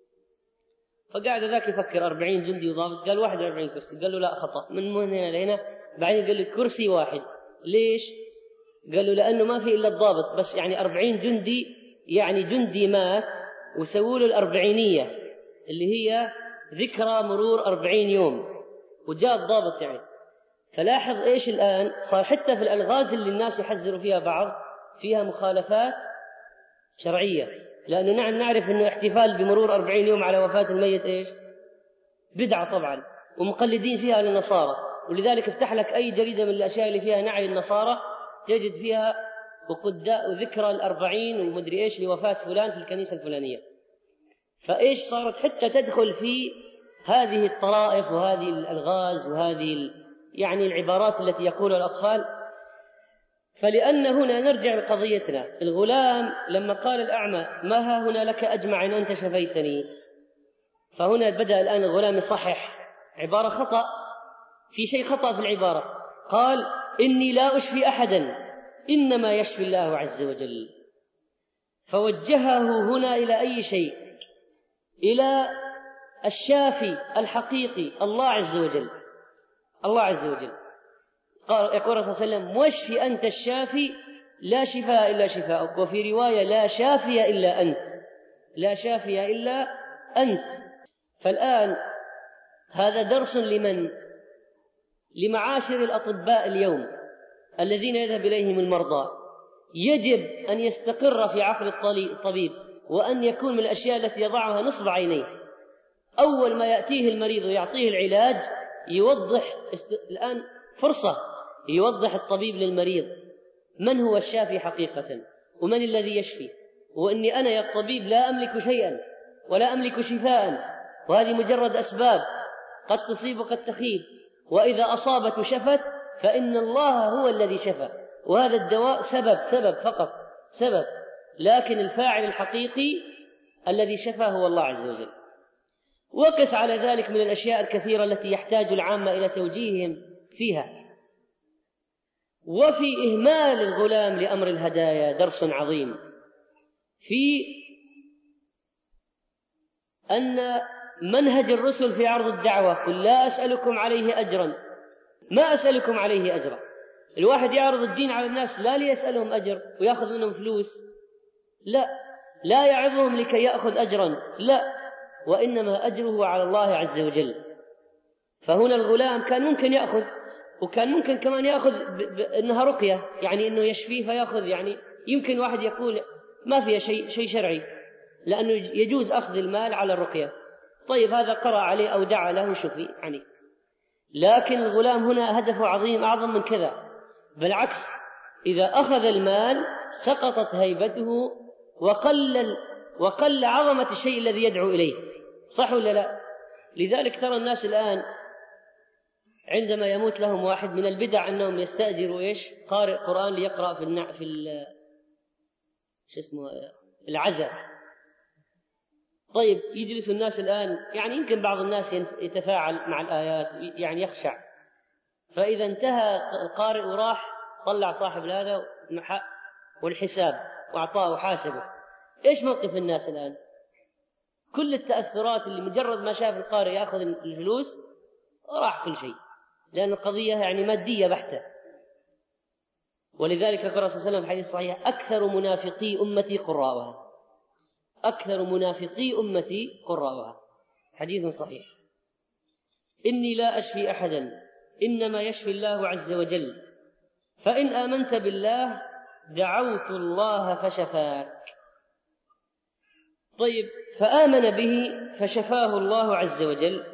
فقاعد ذاك يفكر أربعين جندي وضابط، قال واحد وأربعين كرسي. قال له لا خطأ، من هنا لهنا. بعدين قال له كرسي واحد. ليش؟ قال له لأنه ما في إلا الضابط بس، يعني أربعين جندي يعني جندي مات وسووا له الأربعينية اللي هي ذكرى مرور أربعين يوم، وجاء الضابط يعني. فلاحظ إيش الآن صار حتى في الألغاز اللي الناس يحذروا فيها بعض فيها مخالفات شرعية، لأنه نعم نعرف أنه احتفال بمرور أربعين يوم على وفاة الميت إيش؟ بدعة طبعا، ومقلدين فيها للنصارى. ولذلك افتح لك أي جريدة من الأشياء اللي فيها نعي النصارى تجد فيها وذكرى الأربعين ومدري إيش لوفاة فلان في الكنيسة الفلانية. فإيش صارت حتى تدخل في هذه الطرائف وهذه الألغاز وهذه يعني العبارات التي يقولها الأطفال. فلأن هنا نرجع لقضيتنا، الغلام لما قال الأعمى ما ها هنا لك أجمع إن أنت شفيتني، فهنا بدأ الآن الغلام يصحح عبارة خطأ، في شيء خطأ في العبارة. قال إني لا أشفي أحدا إنما يشفي الله عز وجل، فوجهه هنا إلى أي شيء؟ إلى الشافي الحقيقي الله عز وجل. الله عز وجل قال يقول الرسول صلى الله عليه وسلم واشفي أنت الشافي لا شفاء إلا شفاءك، وفي رواية لا شافي إلا أنت، لا شافي إلا أنت. فالآن هذا درس لمن؟ لمعاشر الأطباء اليوم الذين يذهب إليهم المرضى. يجب أن يستقر في عقل الطبيب وأن يكون من الأشياء التي يضعها نصب عينيه أول ما يأتيه المريض ويعطيه العلاج، يوضح الآن فرصة يوضح الطبيب للمريض من هو الشافي حقيقة ومن الذي يشفي، وإني أنا يا الطبيب لا أملك شيئا ولا أملك شفاء، وهذه مجرد أسباب قد تصيب وقد تخيب، وإذا أصابت شفت فإن الله هو الذي شفى، وهذا الدواء سبب سبب فقط سبب، لكن الفاعل الحقيقي الذي شفى هو الله عز وجل. وقس على ذلك من الأشياء الكثيرة التي يحتاج العامة إلى توجيههم فيها. وفي إهمال الغلام لأمر الهدايا درس عظيم في أن منهج الرسل في عرض الدعوة قل لا أسألكم عليه أجرا، ما أسألكم عليه أجرا. الواحد يعرض الدين على الناس لا ليسألهم أجر ويأخذ منهم فلوس، لا لا يعظهم لكي يأخذ أجرا، لا، وإنما أجره على الله عز وجل. فهنا الغلام كان ممكن يأخذ، وكان ممكن كمان يأخذ ب... ب... إنها رقية، يعني إنه يشفيه فيأخذ، يعني يمكن واحد يقول ما فيها شيء شيء شرعي لأنه يجوز أخذ المال على الرقية. طيب هذا قرأ عليه أو دعا له شفي يعني. لكن الغلام هنا هدفه عظيم أعظم من كذا، بالعكس إذا أخذ المال سقطت هيبته وقل وقل عظمة الشيء الذي يدعو إليه، صح ولا لا؟ لذلك ترى الناس الآن عندما يموت لهم واحد من البدع أنهم يستأجروا إيش قارئ قرآن ليقرأ في النع... في ال... شو اسمه العزاء. طيب يجلس الناس الآن، يعني يمكن بعض الناس يتفاعل مع الآيات يعني يخشع، فإذا انتهى القارئ وراح طلع صاحب هذا والحساب وأعطاه وحاسبه، إيش موقف الناس الآن؟ كل التأثرات اللي مجرد ما شاف القارئ يأخذ الفلوس راح كل شيء، لأن القضية يعني مادية بحتة. ولذلك قال الرسول صلى الله عليه وسلم في الحديث الصحيح: أكثر منافقي أمتي قراءها، أكثر منافقي أمتي قراءها، حديث صحيح. إني لا أشفي أحدا إنما يشفي الله عز وجل، فإن آمنت بالله دعوت الله فشفاك. طيب، فآمن به فشفاه الله عز وجل.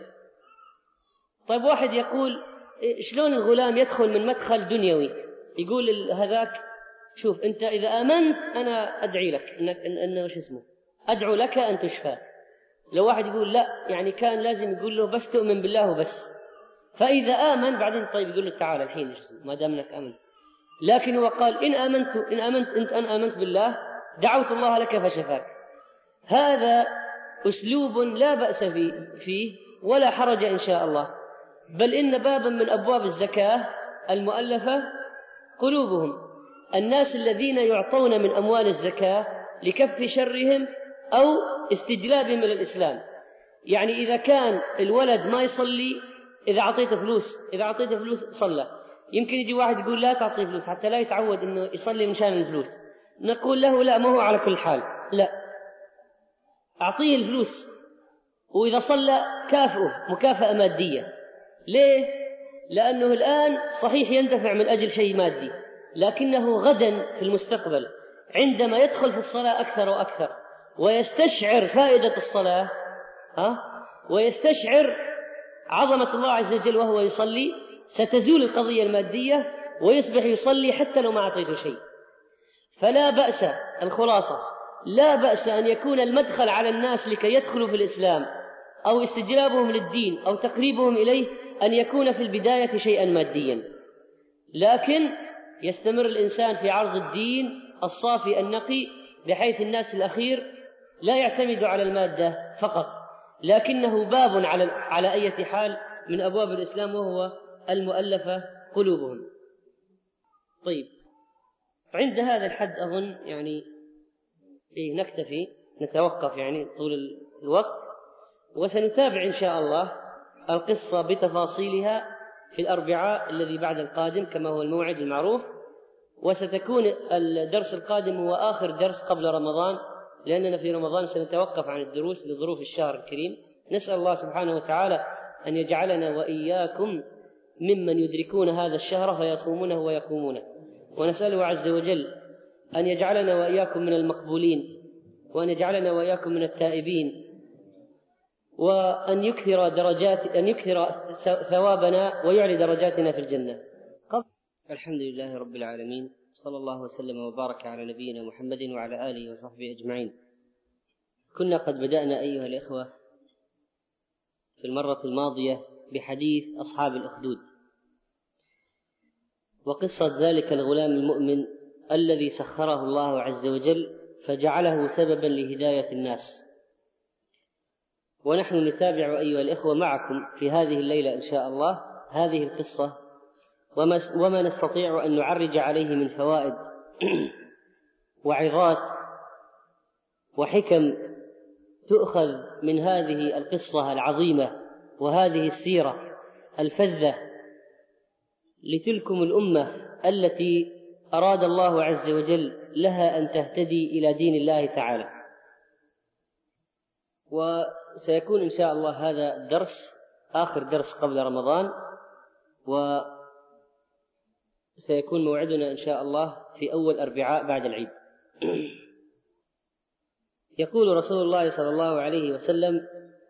طيب، واحد يقول شلون الغلام يدخل من مدخل دنيوي؟ يقول هذاك: شوف أنت إذا آمنت أنا أدعي لك إنك إنه شو اسمه أدعو لك أن تشفى. لو واحد يقول لا، يعني كان لازم يقول له بس تؤمن بالله وبس، فإذا آمن بعدين طيب يقول له تعال الحين ما دام انك آمنت. لكن هو قال: إن آمنت إن آمنت أنت أن آمنت بالله دعوت الله لك فشفاك. هذا أسلوب لا بأس فيه ولا حرج إن شاء الله، بل إن بابا من أبواب الزكاة المؤلفة قلوبهم، الناس الذين يعطون من أموال الزكاة لكف شرهم أو استجلابهم إلى الإسلام. يعني إذا كان الولد ما يصلي، إذا أعطيته فلوس إذا أعطيته فلوس صلى، يمكن يجي واحد يقول لا تعطيه فلوس حتى لا يتعود إنه يصلي مشان الفلوس. نقول له لا، ما هو على كل حال، لا، أعطيه الفلوس، وإذا صلى كافئه مكافأة مادية. ليه؟ لأنه الآن صحيح يندفع من أجل شيء مادي، لكنه غدا في المستقبل عندما يدخل في الصلاة أكثر وأكثر ويستشعر فائدة الصلاة ها ويستشعر عظمة الله عز وجل وهو يصلي، ستزول القضية المادية ويصبح يصلي حتى لو ما أعطيته شيء. فلا بأس، الخلاصة لا بأس أن يكون المدخل على الناس لكي يدخلوا في الإسلام أو استجلابهم للدين أو تقريبهم إليه أن يكون في البداية شيئا ماديا، لكن يستمر الإنسان في عرض الدين الصافي النقي بحيث الناس الأخير لا يعتمد على المادة فقط، لكنه باب على على أي حال من أبواب الإسلام، وهو المؤلفة قلوبهم. طيب، عند هذا الحد أظن يعني إيه نكتفي، نتوقف يعني طول الوقت، وسنتابع إن شاء الله القصة بتفاصيلها في الأربعاء الذي بعد القادم كما هو الموعد المعروف، وستكون الدرس القادم هو آخر درس قبل رمضان، لأننا في رمضان سنتوقف عن الدروس لظروف الشهر الكريم. نسأل الله سبحانه وتعالى أن يجعلنا وإياكم ممن يدركون هذا الشهر فيصومونه ويقومونه، ونسأله عز وجل أن يجعلنا وإياكم من المقبولين، وأن يجعلنا وإياكم من التائبين، وأن يكثر درجات أن يكثر ثوابنا ويعلي درجاتنا في الجنة. الحمد لله رب العالمين، صلى الله وسلم وبارك على نبينا محمد وعلى آله وصحبه أجمعين. كنا قد بدأنا أيها الإخوة في المرة الماضية بحديث أصحاب الأخدود وقصة ذلك الغلام المؤمن الذي سخره الله عز وجل فجعله سببا لهداية الناس. ونحن نتابع أيها الإخوة معكم في هذه الليلة إن شاء الله هذه القصة وما, وما نستطيع أن نعرج عليه من فوائد وعظات وحكم تؤخذ من هذه القصة العظيمة وهذه السيرة الفذة لتلكم الأمة التي أراد الله عز وجل لها أن تهتدي إلى دين الله تعالى. وسيكون إن شاء الله هذا الدرس آخر درس قبل رمضان، وسيكون موعدنا إن شاء الله في أول أربعاء بعد العيد. يقول رسول الله صلى الله عليه وسلم: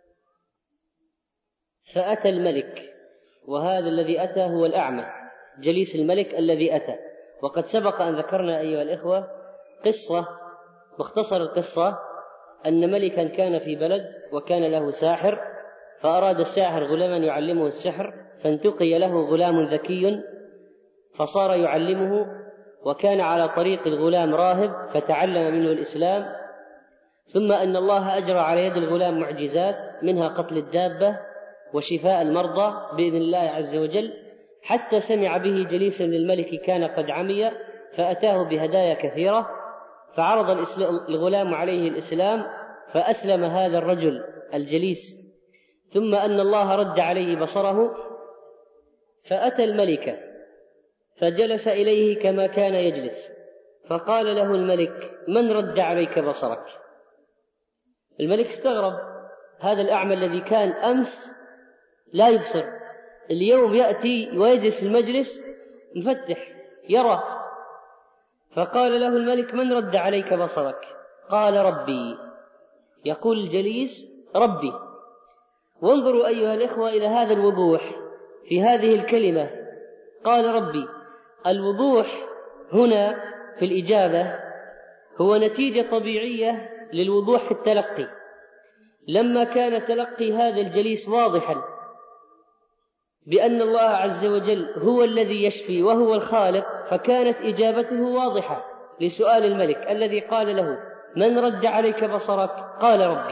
فأتى الملك، وهذا الذي أتى هو الأعمى جليس الملك الذي أتى. وقد سبق أن ذكرنا أيها الإخوة قصة مختصر القصة أن ملكا كان في بلد وكان له ساحر، فأراد الساحر غلاما يعلمه السحر، فانتقي له غلام ذكي فصار يعلمه، وكان على طريق الغلام راهب فتعلم منه الإسلام، ثم أن الله أجرى على يد الغلام معجزات منها قتل الدابة وشفاء المرضى بإذن الله عز وجل، حتى سمع به جليسا للملك كان قد عمي، فأتاه بهدايا كثيرة، فعرض الغلام عليه الإسلام فأسلم هذا الرجل الجليس، ثم أن الله رد عليه بصره، فأتى الملك فجلس إليه كما كان يجلس، فقال له الملك: من رد عليك بصرك؟ الملك استغرب، هذا الأعمى الذي كان أمس لا يبصر اليوم يأتي ويجلس في المجلس مفتح يرى. فقال له الملك: من رد عليك بصرك؟ قال: ربي. يقول الجليس: ربي. وانظروا أيها الإخوة إلى هذا الوضوح في هذه الكلمة، قال ربي. الوضوح هنا في الإجابة هو نتيجة طبيعية للوضوح في التلقي. لما كان تلقي هذا الجليس واضحا بأن الله عز وجل هو الذي يشفي وهو الخالق، فكانت إجابته واضحة لسؤال الملك الذي قال له: من رد عليك بصرك؟ قال: ربي.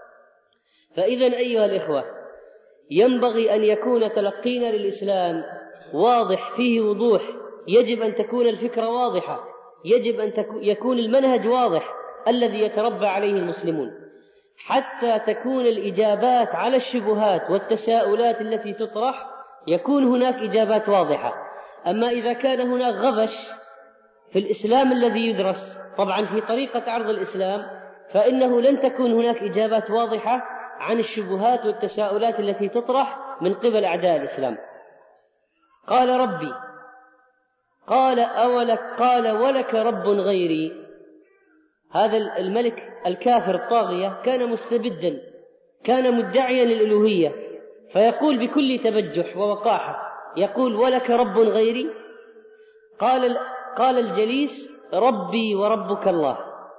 فإذا أيها الإخوة، ينبغي أن يكون تلقينا للإسلام واضح فيه وضوح، يجب أن تكون الفكرة واضحة، يجب أن يكون المنهج واضح الذي يتربى عليه المسلمون، حتى تكون الإجابات على الشبهات والتساؤلات التي تطرح يكون هناك إجابات واضحة. أما إذا كان هناك غبش في الإسلام الذي يدرس طبعا في طريقة عرض الإسلام، فإنه لن تكون هناك إجابات واضحة عن الشبهات والتساؤلات التي تطرح من قبل أعداء الإسلام. قال: ربي. قال: أولك قال ولك رب غيري. هذا الملك الكافر الطاغية كان مستبدا، كان مدعيا للألوهية، فيقول بكل تبجح ووقاحة، يقول: ولك رب غيري؟ قال قال الجليس: ربي وربك الله.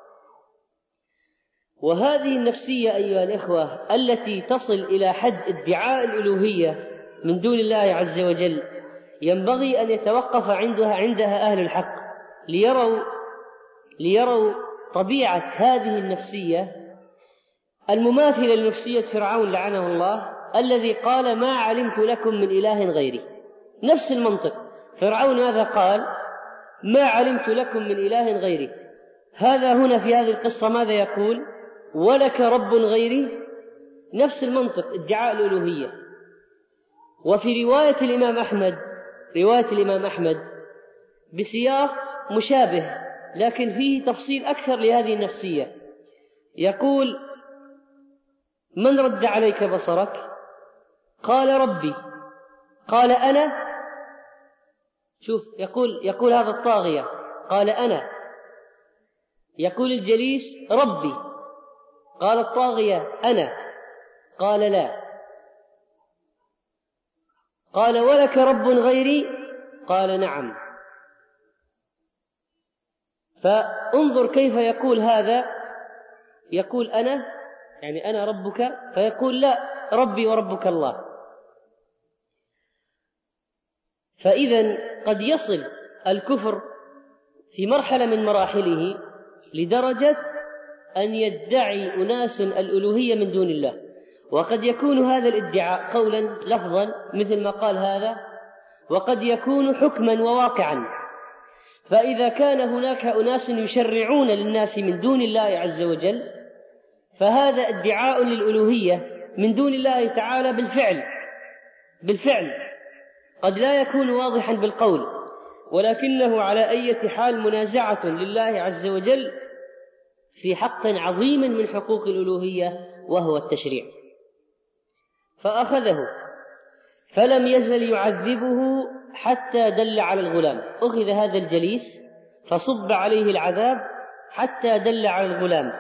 وهذه النفسية أيها الإخوة التي تصل إلى حد ادعاء الألوهية من دون الله عز وجل ينبغي أن يتوقف عندها عندها أهل الحق ليروا ليروا طبيعة هذه النفسية المماثلة لنفسية فرعون لعنه الله، الذي قال: ما علمت لكم من إله غيري. نفس المنطق، فرعون ماذا قال؟ ما علمت لكم من إله غيري. هذا هنا في هذه القصة ماذا يقول؟ ولك رب غيري. نفس المنطق، ادعاء الألوهية. وفي رواية الإمام أحمد رواية الإمام أحمد بسياق مشابه لكن فيه تفصيل أكثر لهذه النفسية، يقول: من رد عليك بصرك؟ قال: ربي. قال: أنا. شوف، يقول يقول هذا الطاغية قال: أنا. يقول الجليس: ربي. قال الطاغية: أنا. قال: لا. قال: ولك رب غيري؟ قال: نعم. فانظر كيف يقول هذا، يقول أنا يعني أنا ربك، فيقول: لا، ربي وربك الله. فإذا قد يصل الكفر في مرحلة من مراحله لدرجة أن يدعي أناس الألوهية من دون الله، وقد يكون هذا الادعاء قولا لفظا مثل ما قال هذا، وقد يكون حكما وواقعا. فإذا كان هناك أناس يشرعون للناس من دون الله عز وجل، فهذا ادعاء للألوهية من دون الله تعالى بالفعل بالفعل قد لا يكون واضحا بالقول، ولكنه على أي حال منازعة لله عز وجل في حق عظيم من حقوق الألوهية وهو التشريع. فأخذه فلم يزل يعذبه حتى دل على الغلام. أخذ هذا الجليس فصب عليه العذاب حتى دل على الغلام،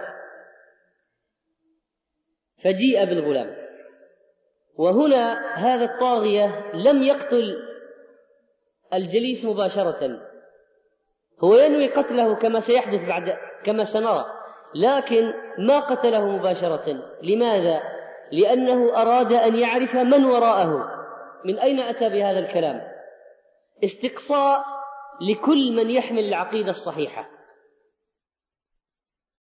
فجيء بالغلام. وهنا هذا الطاغية لم يقتل الجليس مباشرة، هو ينوي قتله كما سيحدث بعد كما سنرى، لكن ما قتله مباشرة. لماذا؟ لأنه أراد أن يعرف من وراءه. من أين أتى بهذا الكلام؟ استقصاء لكل من يحمل العقيدة الصحيحة.